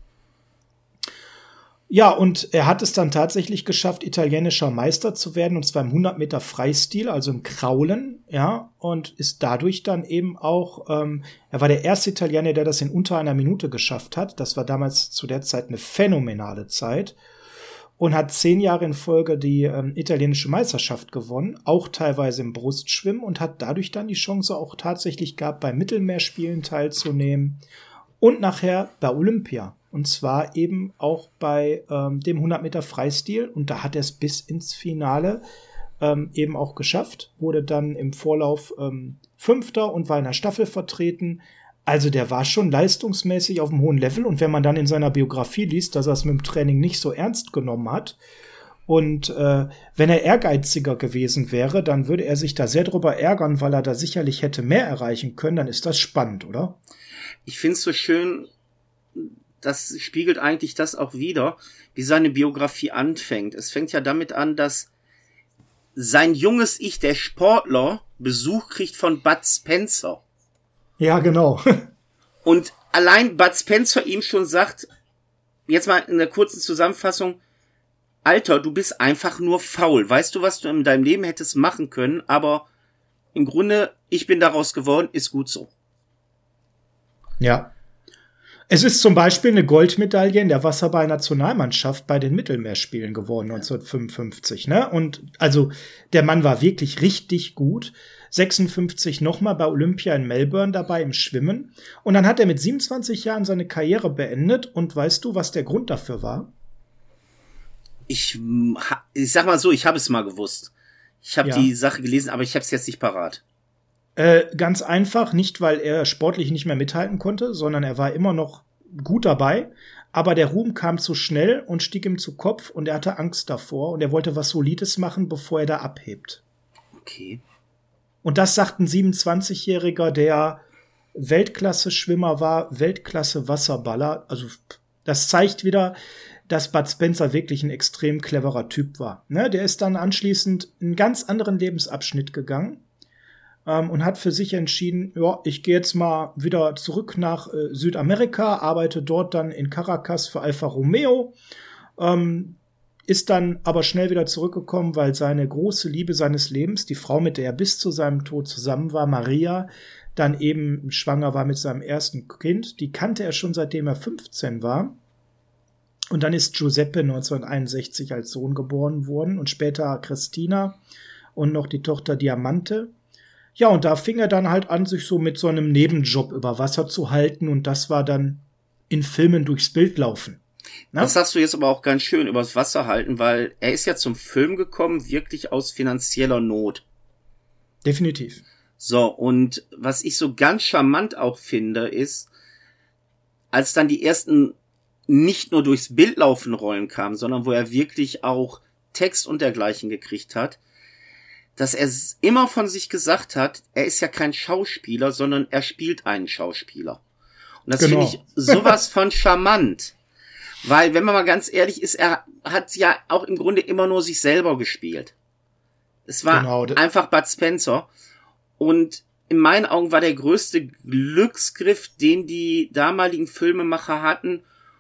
Ja, und er hat es dann tatsächlich geschafft, italienischer Meister zu werden, und zwar im 100 Meter Freistil, also im Kraulen, ja, und ist dadurch dann eben auch, er war der erste Italiener, der das in unter einer Minute geschafft hat. Das war damals zu der Zeit eine phänomenale Zeit und hat 10 Jahre in Folge die italienische Meisterschaft gewonnen, auch teilweise im Brustschwimmen und hat dadurch dann die Chance auch tatsächlich gehabt, bei Mittelmeerspielen teilzunehmen und nachher bei Olympia. Und zwar eben auch bei dem 100 Meter Freistil. Und da hat er es bis ins Finale eben auch geschafft. Wurde dann im Vorlauf 5. und war in der Staffel vertreten. Also der war schon leistungsmäßig auf einem hohen Level. Und wenn man dann in seiner Biografie liest, dass er es mit dem Training nicht so ernst genommen hat. Und wenn er ehrgeiziger gewesen wäre, dann würde er sich da sehr drüber ärgern, weil er da sicherlich hätte mehr erreichen können. Dann ist das spannend, oder? Ich finde es so schön, das spiegelt eigentlich das auch wider, wie seine Biografie anfängt. Es fängt ja damit an, dass sein junges Ich, der Sportler, Besuch kriegt von Bud Spencer. Ja, genau. Und allein Bud Spencer ihm schon sagt, jetzt mal in der kurzen Zusammenfassung, Alter, du bist einfach nur faul. Weißt du, was du in deinem Leben hättest machen können, aber im Grunde, ich bin daraus geworden, ist gut so. Ja. Es ist zum Beispiel eine Goldmedaille in der Wasserball-Nationalmannschaft bei den Mittelmeerspielen geworden, 1955, ne? Und also, der Mann war wirklich richtig gut. 56 nochmal bei Olympia in Melbourne dabei im Schwimmen. Und dann hat er mit 27 Jahren seine Karriere beendet. Und weißt du, was der Grund dafür war? Ich sag mal so, ich habe es mal gewusst. Ich habe die Sache gelesen, aber ich habe es jetzt nicht parat. Ganz einfach, nicht weil er sportlich nicht mehr mithalten konnte, sondern er war immer noch gut dabei. Aber der Ruhm kam zu schnell und stieg ihm zu Kopf und er hatte Angst davor und er wollte was Solides machen, bevor er da abhebt. Okay. Und das sagt ein 27-Jähriger, der Weltklasse-Schwimmer war, Weltklasse-Wasserballer. Also das zeigt wieder, dass Bud Spencer wirklich ein extrem cleverer Typ war. Ne? Der ist dann anschließend einen ganz anderen Lebensabschnitt gegangen. Und hat für sich entschieden, ja, ich gehe jetzt mal wieder zurück nach Südamerika, arbeite dort dann in Caracas für Alfa Romeo, ist dann aber schnell wieder zurückgekommen, weil seine große Liebe seines Lebens, die Frau, mit der er bis zu seinem Tod zusammen war, Maria, dann eben schwanger war mit seinem ersten Kind. Die kannte er schon, seitdem er 15 war. Und dann ist Giuseppe 1961 als Sohn geboren worden und später Christina und noch die Tochter Diamante. Ja, und da fing er dann halt an, sich so mit so einem Nebenjob über Wasser zu halten und das war dann in Filmen durchs Bild laufen. Na? Das sagst du jetzt aber auch ganz schön, übers Wasser halten, weil er ist ja zum Film gekommen, wirklich aus finanzieller Not. Definitiv. So, und was ich so ganz charmant auch finde, ist, als dann die ersten nicht nur durchs Bild laufen Rollen kamen, sondern wo er wirklich auch Text und dergleichen gekriegt hat, dass er immer von sich gesagt hat, er ist ja kein Schauspieler, sondern er spielt einen Schauspieler. Und das finde ich sowas von charmant. Weil, wenn man mal ganz ehrlich ist, er hat ja auch im Grunde immer nur sich selber gespielt. Es war einfach Bud Spencer. Und in meinen Augen war der größte Glücksgriff, den die damaligen Filmemacher hatten,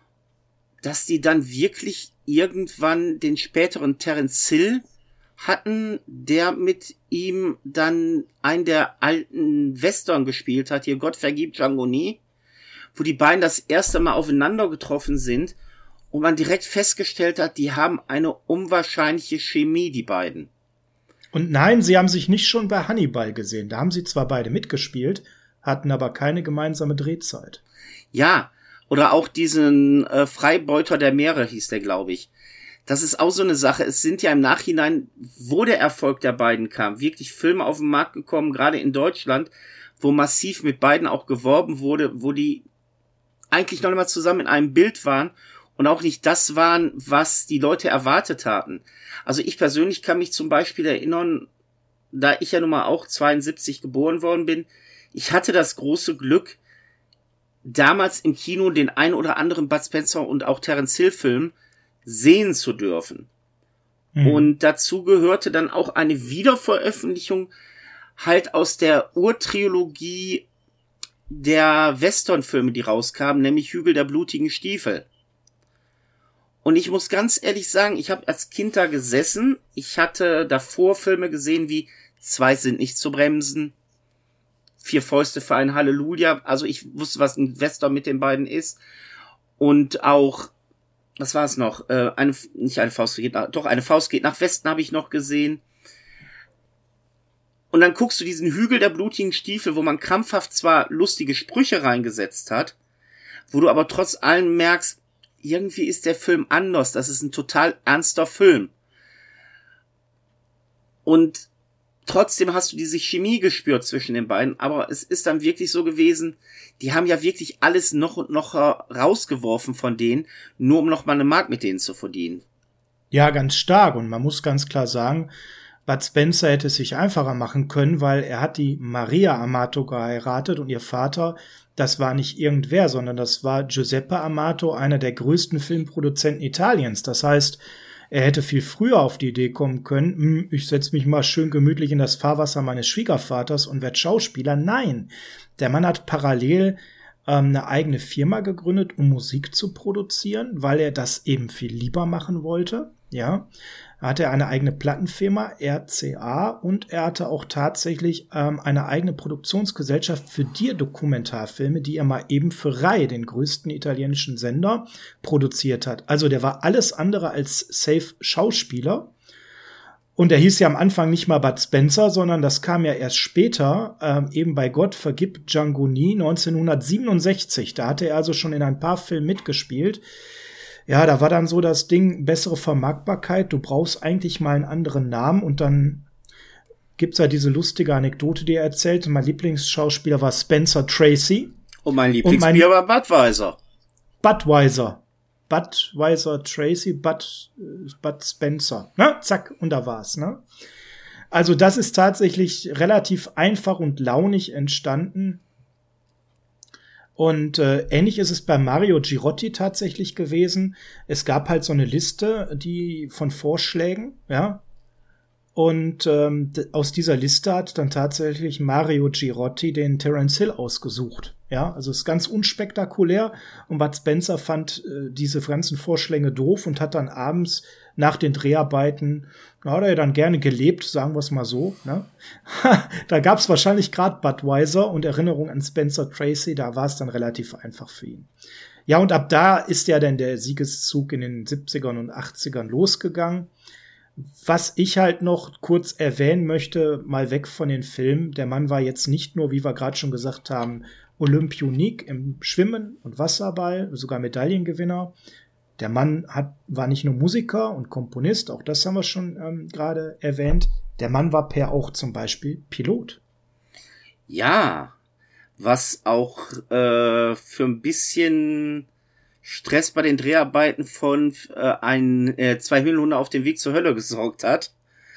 dass die dann wirklich irgendwann den späteren Terence Hill hatten, der mit ihm dann einen der alten Western gespielt hat, hier Gott vergib Django nie, wo die beiden das erste Mal aufeinander getroffen sind und man direkt festgestellt hat, die haben eine unwahrscheinliche Chemie, die beiden. Und nein, sie haben sich nicht schon bei Hannibal gesehen. Da haben sie zwar beide mitgespielt, hatten aber keine gemeinsame Drehzeit. Ja, oder auch diesen Freibeuter der Meere hieß der, glaube ich. Das ist auch so eine Sache. Es sind ja im Nachhinein, wo der Erfolg der beiden kam, wirklich Filme auf den Markt gekommen, gerade in Deutschland, wo massiv mit beiden auch geworben wurde, wo die eigentlich noch einmal zusammen in einem Bild waren und auch nicht das waren, was die Leute erwartet hatten. Also ich persönlich kann mich zum Beispiel erinnern, da ich ja nun mal auch 72 geboren worden bin, ich hatte das große Glück, damals im Kino den ein oder anderen Bud Spencer und auch Terence Hill Film sehen zu dürfen. Und dazu gehörte dann auch eine Wiederveröffentlichung halt aus der Urtrilogie der Westernfilme, die rauskamen, nämlich Hügel der blutigen Stiefel. Und ich muss ganz ehrlich sagen, ich habe als Kind da gesessen, ich hatte davor Filme gesehen wie Zwei sind nicht zu bremsen, Vier Fäuste für ein Halleluja, also ich wusste, was ein Western mit den beiden ist. Und auch, was war es noch? Eine Faust geht nach Westen habe ich noch gesehen. Und dann guckst du diesen Hügel der blutigen Stiefel, wo man krampfhaft zwar lustige Sprüche reingesetzt hat, wo du aber trotz allem merkst, irgendwie ist der Film anders. Das ist ein total ernster Film. Und trotzdem hast du diese Chemie gespürt zwischen den beiden, aber es ist dann wirklich so gewesen, die haben ja wirklich alles noch und noch rausgeworfen von denen, nur um noch mal eine Mark mit denen zu verdienen. Ja, ganz stark. Und man muss ganz klar sagen, Bud Spencer hätte es sich einfacher machen können, weil er hat die Maria Amato geheiratet und ihr Vater, das war nicht irgendwer, sondern das war Giuseppe Amato, einer der größten Filmproduzenten Italiens. Das heißt, er hätte viel früher auf die Idee kommen können, ich setze mich mal schön gemütlich in das Fahrwasser meines Schwiegervaters und werde Schauspieler. Nein, der Mann hat parallel eine eigene Firma gegründet, um Musik zu produzieren, weil er das eben viel lieber machen wollte. Ja, er hatte eine eigene Plattenfirma, RCA, und er hatte auch tatsächlich eine eigene Produktionsgesellschaft für Dokumentarfilme, die er mal eben für Rai, den größten italienischen Sender, produziert hat. Also der war alles andere als safe Schauspieler. Und er hieß ja am Anfang nicht mal Bud Spencer, sondern das kam ja erst später, eben bei Gott vergib Django nie, 1967. Da hatte er also schon in ein paar Filmen mitgespielt. Ja, da war dann so das Ding, bessere Vermarktbarkeit, du brauchst eigentlich mal einen anderen Namen und dann gibt's ja diese lustige Anekdote, die er erzählt. Mein Lieblingsschauspieler war Spencer Tracy. Und mein Lieblingsbier war Budweiser. Budweiser Tracy, Bud Spencer. Ne? Zack, und da war's, ne? Also das ist tatsächlich relativ einfach und launig entstanden. Und ähnlich ist es bei Mario Girotti tatsächlich gewesen. Es gab halt so eine Liste, die von Vorschlägen, ja. Und aus dieser Liste hat dann tatsächlich Mario Girotti den Terence Hill ausgesucht. Ja, also ist ganz unspektakulär. Und Bud Spencer fand diese ganzen Vorschläge doof und hat dann abends nach den Dreharbeiten, da hat er dann gerne gelebt, sagen wir es mal so. Ne? Da gab es wahrscheinlich gerade Budweiser und Erinnerung an Spencer Tracy, da war es dann relativ einfach für ihn. Ja, und ab da ist ja dann der Siegeszug in den 70ern und 80ern losgegangen. Was ich halt noch kurz erwähnen möchte, mal weg von den Filmen, der Mann war jetzt nicht nur, wie wir gerade schon gesagt haben, Olympionik im Schwimmen und Wasserball, sogar Medaillengewinner. Der Mann war nicht nur Musiker und Komponist, auch das haben wir schon gerade erwähnt. Der Mann war auch zum Beispiel Pilot. Ja, was auch für ein bisschen Stress bei den Dreharbeiten von zwei Himmelhunde auf dem Weg zur Hölle gesorgt hat.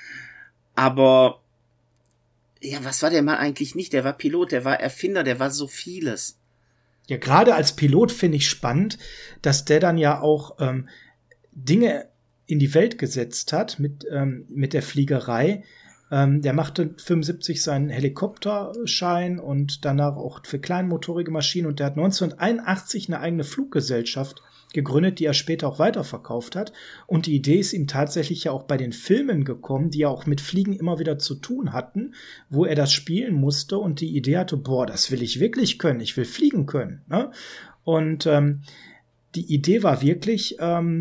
Aber ja, was war der Mann eigentlich nicht? Der war Pilot, der war Erfinder, der war so vieles. Ja, gerade als Pilot finde ich spannend, dass der dann ja auch Dinge in die Welt gesetzt hat mit der Fliegerei. Der machte 75 seinen Helikopterschein und danach auch für kleinmotorige Maschinen. Und der hat 1981 eine eigene Fluggesellschaft gegründet, die er später auch weiterverkauft hat. Und die Idee ist ihm tatsächlich ja auch bei den Filmen gekommen, die ja auch mit Fliegen immer wieder zu tun hatten, wo er das spielen musste und die Idee hatte, das will ich wirklich können, ich will fliegen können. Ne? Und die Idee war wirklich,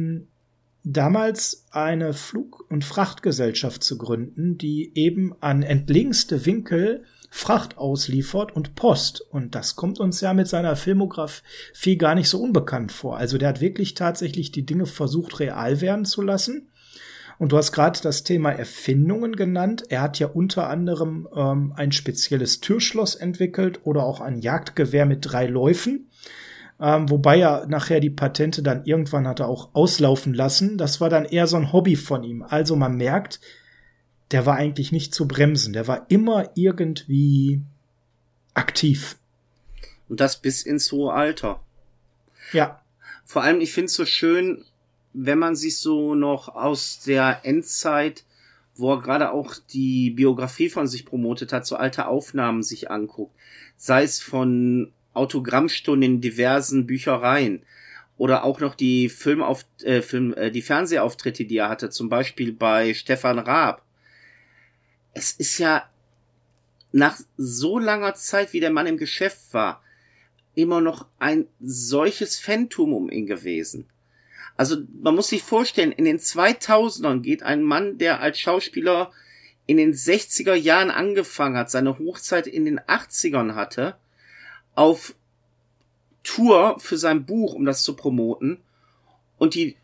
damals eine Flug- und Frachtgesellschaft zu gründen, die eben an entlegenste Winkel Fracht ausliefert und Post. Und das kommt uns ja mit seiner Filmografie gar nicht so unbekannt vor. Also der hat wirklich tatsächlich die Dinge versucht, real werden zu lassen. Und du hast gerade das Thema Erfindungen genannt. Er hat ja unter anderem ein spezielles Türschloss entwickelt oder auch ein Jagdgewehr mit 3 Läufen. Wobei er nachher die Patente dann irgendwann hat er auch auslaufen lassen. Das war dann eher so ein Hobby von ihm. Also man merkt, der war eigentlich nicht zu bremsen. Der war immer irgendwie aktiv. Und das bis ins hohe Alter. Ja. Vor allem, ich finde es so schön, wenn man sich so noch aus der Endzeit, wo er gerade auch die Biografie von sich promotet hat, so alte Aufnahmen sich anguckt. Sei es von Autogrammstunden in diversen Büchereien oder auch noch die die Fernsehauftritte, die er hatte, zum Beispiel bei Stefan Raab. Es ist ja nach so langer Zeit, wie der Mann im Geschäft war, immer noch ein solches Phantom um ihn gewesen. Also man muss sich vorstellen, in den 2000ern geht ein Mann, der als Schauspieler in den 60er Jahren angefangen hat, seine Hochzeit in den 80ern hatte, auf Tour für sein Buch, um das zu promoten. Und die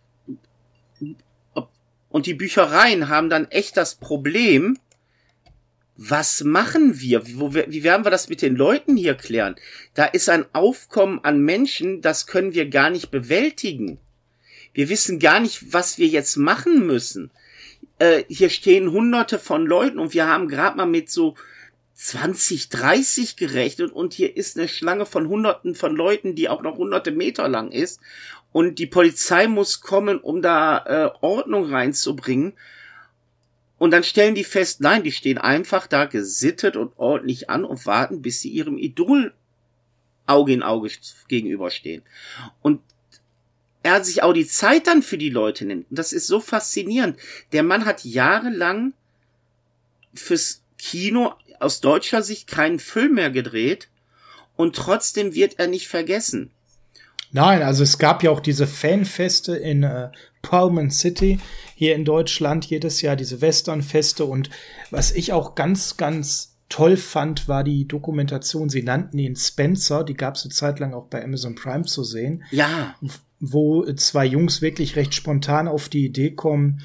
Büchereien haben dann echt das Problem, was machen wir? Wie werden wir das mit den Leuten hier klären? Da ist ein Aufkommen an Menschen, das können wir gar nicht bewältigen. Wir wissen gar nicht, was wir jetzt machen müssen. Hier stehen Hunderte von Leuten und wir haben gerade mal mit so 20, 30 gerechnet und hier ist eine Schlange von Hunderten von Leuten, die auch noch hunderte Meter lang ist und die Polizei muss kommen, um da Ordnung reinzubringen und dann stellen die fest, nein, die stehen einfach da gesittet und ordentlich an und warten, bis sie ihrem Idol Auge in Auge gegenüberstehen. Und er hat sich auch die Zeit dann für die Leute nimmt. Und das ist so faszinierend. Der Mann hat jahrelang fürs Kino aus deutscher Sicht keinen Film mehr gedreht und trotzdem wird er nicht vergessen. Nein, also es gab ja auch diese Fanfeste in Pullman City hier in Deutschland jedes Jahr, diese Westernfeste und was ich auch ganz, ganz toll fand, war die Dokumentation, sie nannten ihn Spencer, die gab es eine Zeit lang auch bei Amazon Prime zu sehen. Ja. Wo 2 Jungs wirklich recht spontan auf die Idee kommen,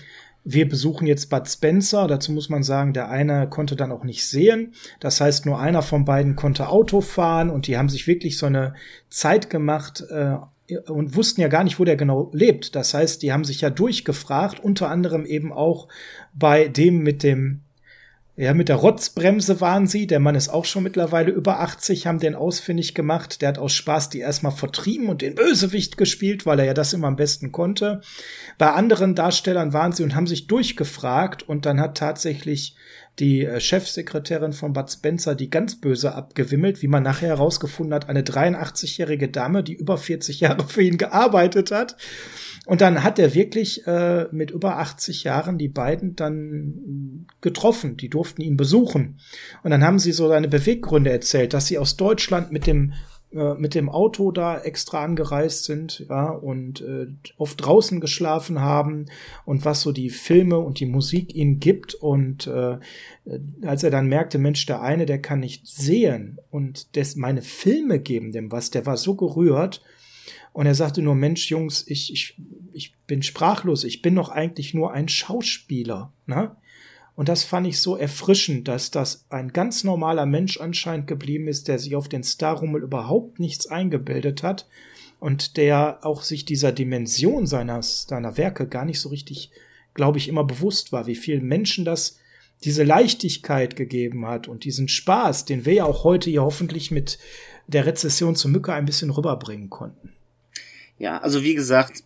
wir besuchen jetzt Bud Spencer. Dazu muss man sagen, der eine konnte dann auch nicht sehen. Das heißt, nur einer von beiden konnte Auto fahren und die haben sich wirklich so eine Zeit gemacht und wussten ja gar nicht, wo der genau lebt. Das heißt, die haben sich ja durchgefragt, unter anderem eben auch bei dem mit der Rotzbremse waren sie. Der Mann ist auch schon mittlerweile über 80, haben den ausfindig gemacht. Der hat aus Spaß die erstmal vertrieben und den Bösewicht gespielt, weil er ja das immer am besten konnte. Bei anderen Darstellern waren sie und haben sich durchgefragt und dann hat tatsächlich die Chefsekretärin von Bud Spencer die ganz böse abgewimmelt, wie man nachher herausgefunden hat, eine 83-jährige Dame, die über 40 Jahre für ihn gearbeitet hat. Und dann hat er wirklich mit über 80 Jahren die beiden dann getroffen. Die durften ihn besuchen. Und dann haben sie so seine Beweggründe erzählt, dass sie aus Deutschland mit dem Auto da extra angereist sind, ja, und oft draußen geschlafen haben und was so die Filme und die Musik ihnen gibt. Und als er dann merkte, Mensch, der eine, der kann nicht sehen und meine Filme geben dem was, der war so gerührt. Und er sagte nur, Mensch, Jungs, ich bin sprachlos, ich bin doch eigentlich nur ein Schauspieler, ne? Und das fand ich so erfrischend, dass das ein ganz normaler Mensch anscheinend geblieben ist, der sich auf den Starrummel überhaupt nichts eingebildet hat und der auch sich dieser Dimension seiner Werke gar nicht so richtig, glaube ich, immer bewusst war, wie vielen Menschen diese Leichtigkeit gegeben hat und diesen Spaß, den wir ja auch heute hier hoffentlich mit der Rezession zur Mücke ein bisschen rüberbringen konnten. Ja, also wie gesagt,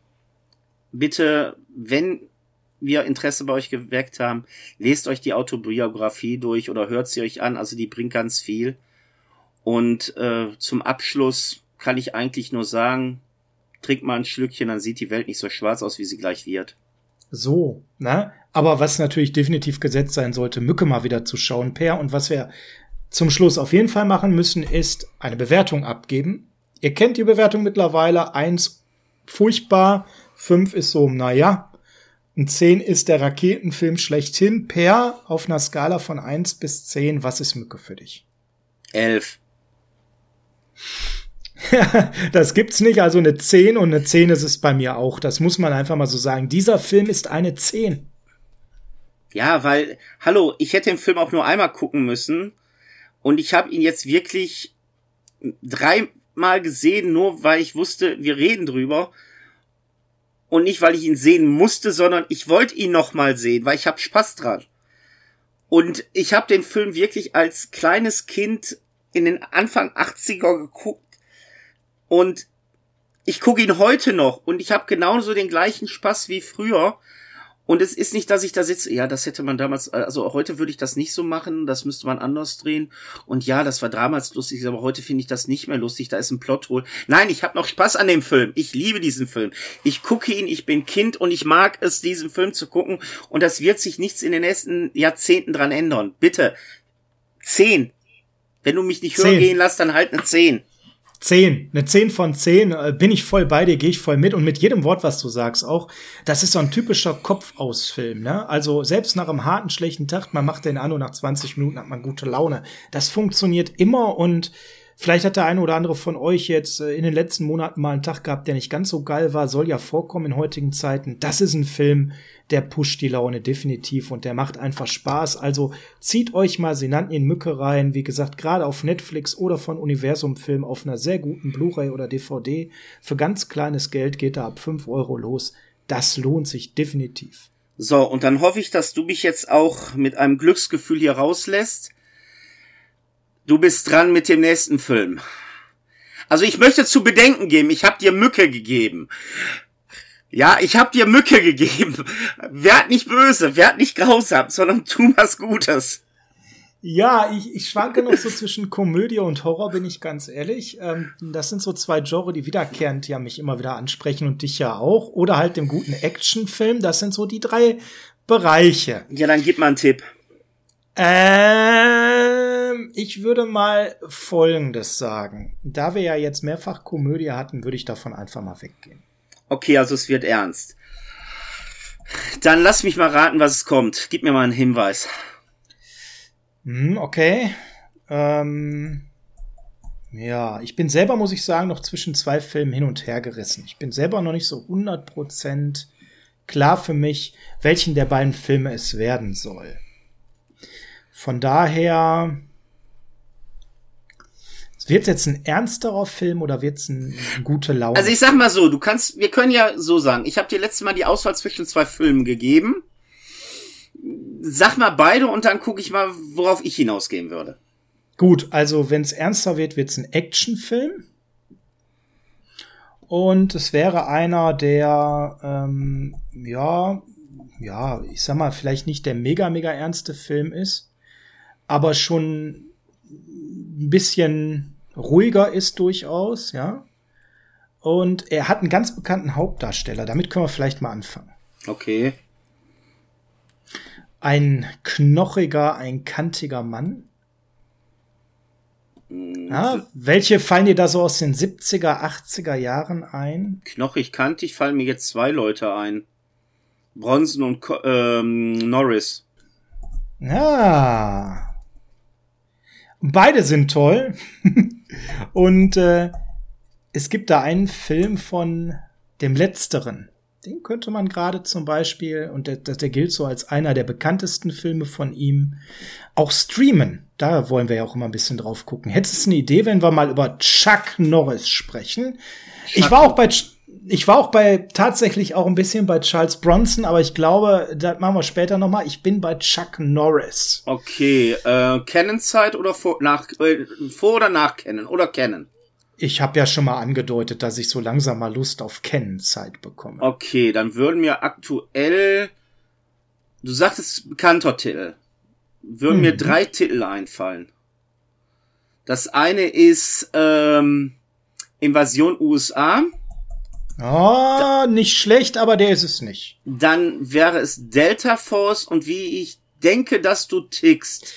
bitte, wenn wir Interesse bei euch geweckt haben, lest euch die Autobiografie durch oder hört sie euch an, also die bringt ganz viel. Und zum Abschluss kann ich eigentlich nur sagen, trink mal ein Schlückchen, dann sieht die Welt nicht so schwarz aus, wie sie gleich wird. So, ne? Aber was natürlich definitiv gesetzt sein sollte, Mücke mal wieder zu schauen, Per. Und was wir zum Schluss auf jeden Fall machen müssen, ist eine Bewertung abgeben. Ihr kennt die Bewertung mittlerweile. 1 furchtbar, 5 ist so, naja. Und 10 ist der Raketenfilm schlechthin. Per, auf einer Skala von 1 bis 10, was ist Mücke für dich? 11. Das gibt's nicht, also eine 10 und eine 10 ist es bei mir auch. Das muss man einfach mal so sagen. Dieser Film ist eine 10. Ja, weil, hallo, ich hätte den Film auch nur einmal gucken müssen und ich habe ihn jetzt wirklich 3-mal gesehen, nur weil ich wusste, wir reden drüber. Und nicht, weil ich ihn sehen musste, sondern ich wollte ihn noch mal sehen, weil ich habe Spaß dran. Und ich habe den Film wirklich als kleines Kind in den Anfang 80er geguckt. Und ich gucke ihn heute noch. Und ich habe genauso den gleichen Spaß wie früher. Und es ist nicht, dass ich da sitze, ja, das hätte man damals, also heute würde ich das nicht so machen, das müsste man anders drehen. Und ja, das war damals lustig, aber heute finde ich das nicht mehr lustig, da ist ein Plothole. Nein, ich habe noch Spaß an dem Film. Ich liebe diesen Film. Ich gucke ihn, ich bin Kind und ich mag es, diesen Film zu gucken. Und das wird sich nichts in den nächsten Jahrzehnten dran ändern. Bitte. 10. Wenn du mich nicht hören gehen lässt, dann halt eine 10. 10, eine 10 von 10, bin ich voll bei dir, gehe ich voll mit und mit jedem Wort, was du sagst auch, das ist so ein typischer Kopfausfilm, ne? Also selbst nach einem harten, schlechten Tag, man macht den an und nach 20 Minuten hat man gute Laune. Das funktioniert immer und vielleicht hat der eine oder andere von euch jetzt in den letzten Monaten mal einen Tag gehabt, der nicht ganz so geil war, soll ja vorkommen in heutigen Zeiten. Das ist ein Film, der pusht die Laune definitiv und der macht einfach Spaß. Also zieht euch mal, sie nannten ihn Mücke rein, wie gesagt, gerade auf Netflix oder von Universum Film auf einer sehr guten Blu-ray oder DVD. Für ganz kleines Geld geht er ab 5 Euro los. Das lohnt sich definitiv. So, und dann hoffe ich, dass du mich jetzt auch mit einem Glücksgefühl hier rauslässt. Du bist dran mit dem nächsten Film. Also ich möchte zu bedenken geben, ich habe dir Mücke gegeben. Ja, ich habe dir Mücke gegeben. Werd nicht böse, werd nicht grausam, sondern tu was Gutes. Ja, ich schwanke noch so zwischen Komödie und Horror, bin ich ganz ehrlich. Das sind so 2 Genres, die wiederkehrend ja mich immer wieder ansprechen und dich ja auch. Oder halt dem guten Actionfilm. Das sind so die 3 Bereiche. Ja, dann gib mal einen Tipp. Ich würde mal Folgendes sagen. Da wir ja jetzt mehrfach Komödie hatten, würde ich davon einfach mal weggehen. Okay, also es wird ernst. Dann lass mich mal raten, was es kommt. Gib mir mal einen Hinweis. Okay. Ja, ich bin selber, muss ich sagen, noch zwischen 2 Filmen hin und her gerissen. Ich bin selber noch nicht so 100% klar für mich, welchen der beiden Filme es werden soll. Von daher, wird's jetzt ein ernsterer Film oder wird's ein gute Laune? Also ich sag mal so, wir können ja so sagen, ich habe dir letztes Mal die Auswahl zwischen 2 Filmen gegeben. Sag mal beide und dann gucke ich mal, worauf ich hinausgehen würde. Gut, also wenn's ernster wird, wird's ein Actionfilm. Und es wäre einer, der, ich sag mal, vielleicht nicht der mega ernste Film ist, aber schon ein bisschen ruhiger ist durchaus, ja. Und er hat einen ganz bekannten Hauptdarsteller. Damit können wir vielleicht mal anfangen. Okay. Ein knochiger, ein kantiger Mann. Ja, welche fallen dir da so aus den 70er, 80er Jahren ein? Knochig, kantig fallen mir jetzt 2 Leute ein. Bronson und Norris. Ja. Beide sind toll. Und es gibt da einen Film von dem Letzteren. Den könnte man gerade zum Beispiel, und der gilt so als einer der bekanntesten Filme von ihm, auch streamen. Da wollen wir ja auch immer ein bisschen drauf gucken. Hättest du eine Idee, wenn wir mal über Chuck Norris sprechen? Ich war auch tatsächlich auch ein bisschen bei Charles Bronson, aber ich glaube, das machen wir später noch mal. Ich bin bei Chuck Norris. Okay, Canon-Zeit oder vor oder nach Canon? Oder Canon? Ich habe ja schon mal angedeutet, dass ich so langsam mal Lust auf Canon-Zeit bekomme. Okay, dann würden mir aktuell, du sagtest bekannter Titel, würden mir 3 Titel einfallen. Das eine ist Invasion USA. Oh, nicht schlecht, aber der ist es nicht. Dann wäre es Delta Force und wie ich denke, dass du tickst.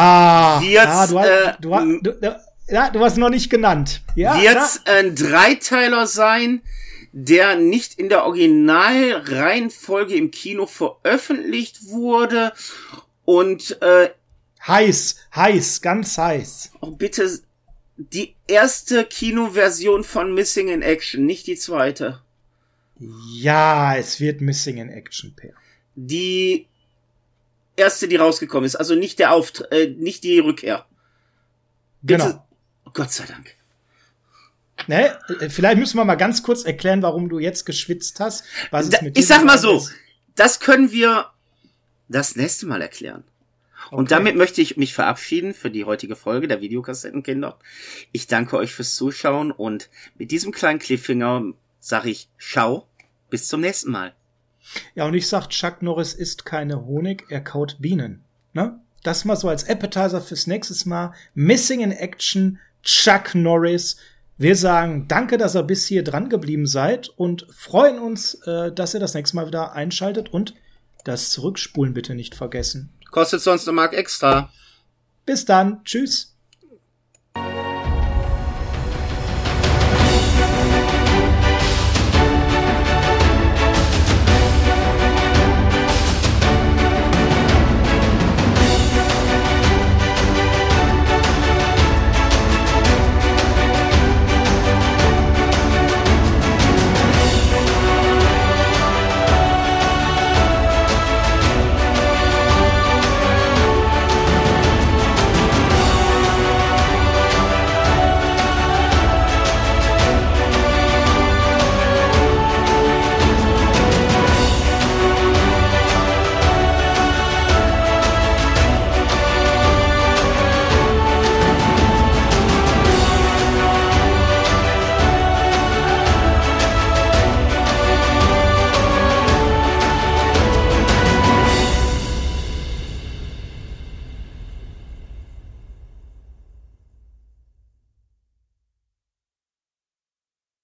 Du hast noch nicht genannt. Ja, wird's ein Dreiteiler sein, der nicht in der Originalreihenfolge im Kino veröffentlicht wurde und heiß, ganz heiß. Oh, bitte die erste Kinoversion von Missing in Action, nicht die zweite. Ja, es wird Missing in Action, Per. Die erste, die rausgekommen ist, also nicht nicht die Rückkehr. Bitte. Genau. Oh, Gott sei Dank. Ne? Vielleicht müssen wir mal ganz kurz erklären, warum du jetzt geschwitzt hast. Was es mit ich sag mal so, das können wir das nächste Mal erklären. Okay. Und damit möchte ich mich verabschieden für die heutige Folge der Videokassettenkinder. Ich danke euch fürs Zuschauen und mit diesem kleinen Cliffhanger sage ich Ciao, bis zum nächsten Mal. Ja, und ich sag, Chuck Norris isst keine Honig, er kaut Bienen. Ne? Das mal so als Appetizer fürs nächste Mal. Missing in Action, Chuck Norris. Wir sagen danke, dass ihr bis hier dran geblieben seid und freuen uns, dass ihr das nächste Mal wieder einschaltet und das Zurückspulen bitte nicht vergessen. Kostet sonst eine Mark extra. Bis dann. Tschüss.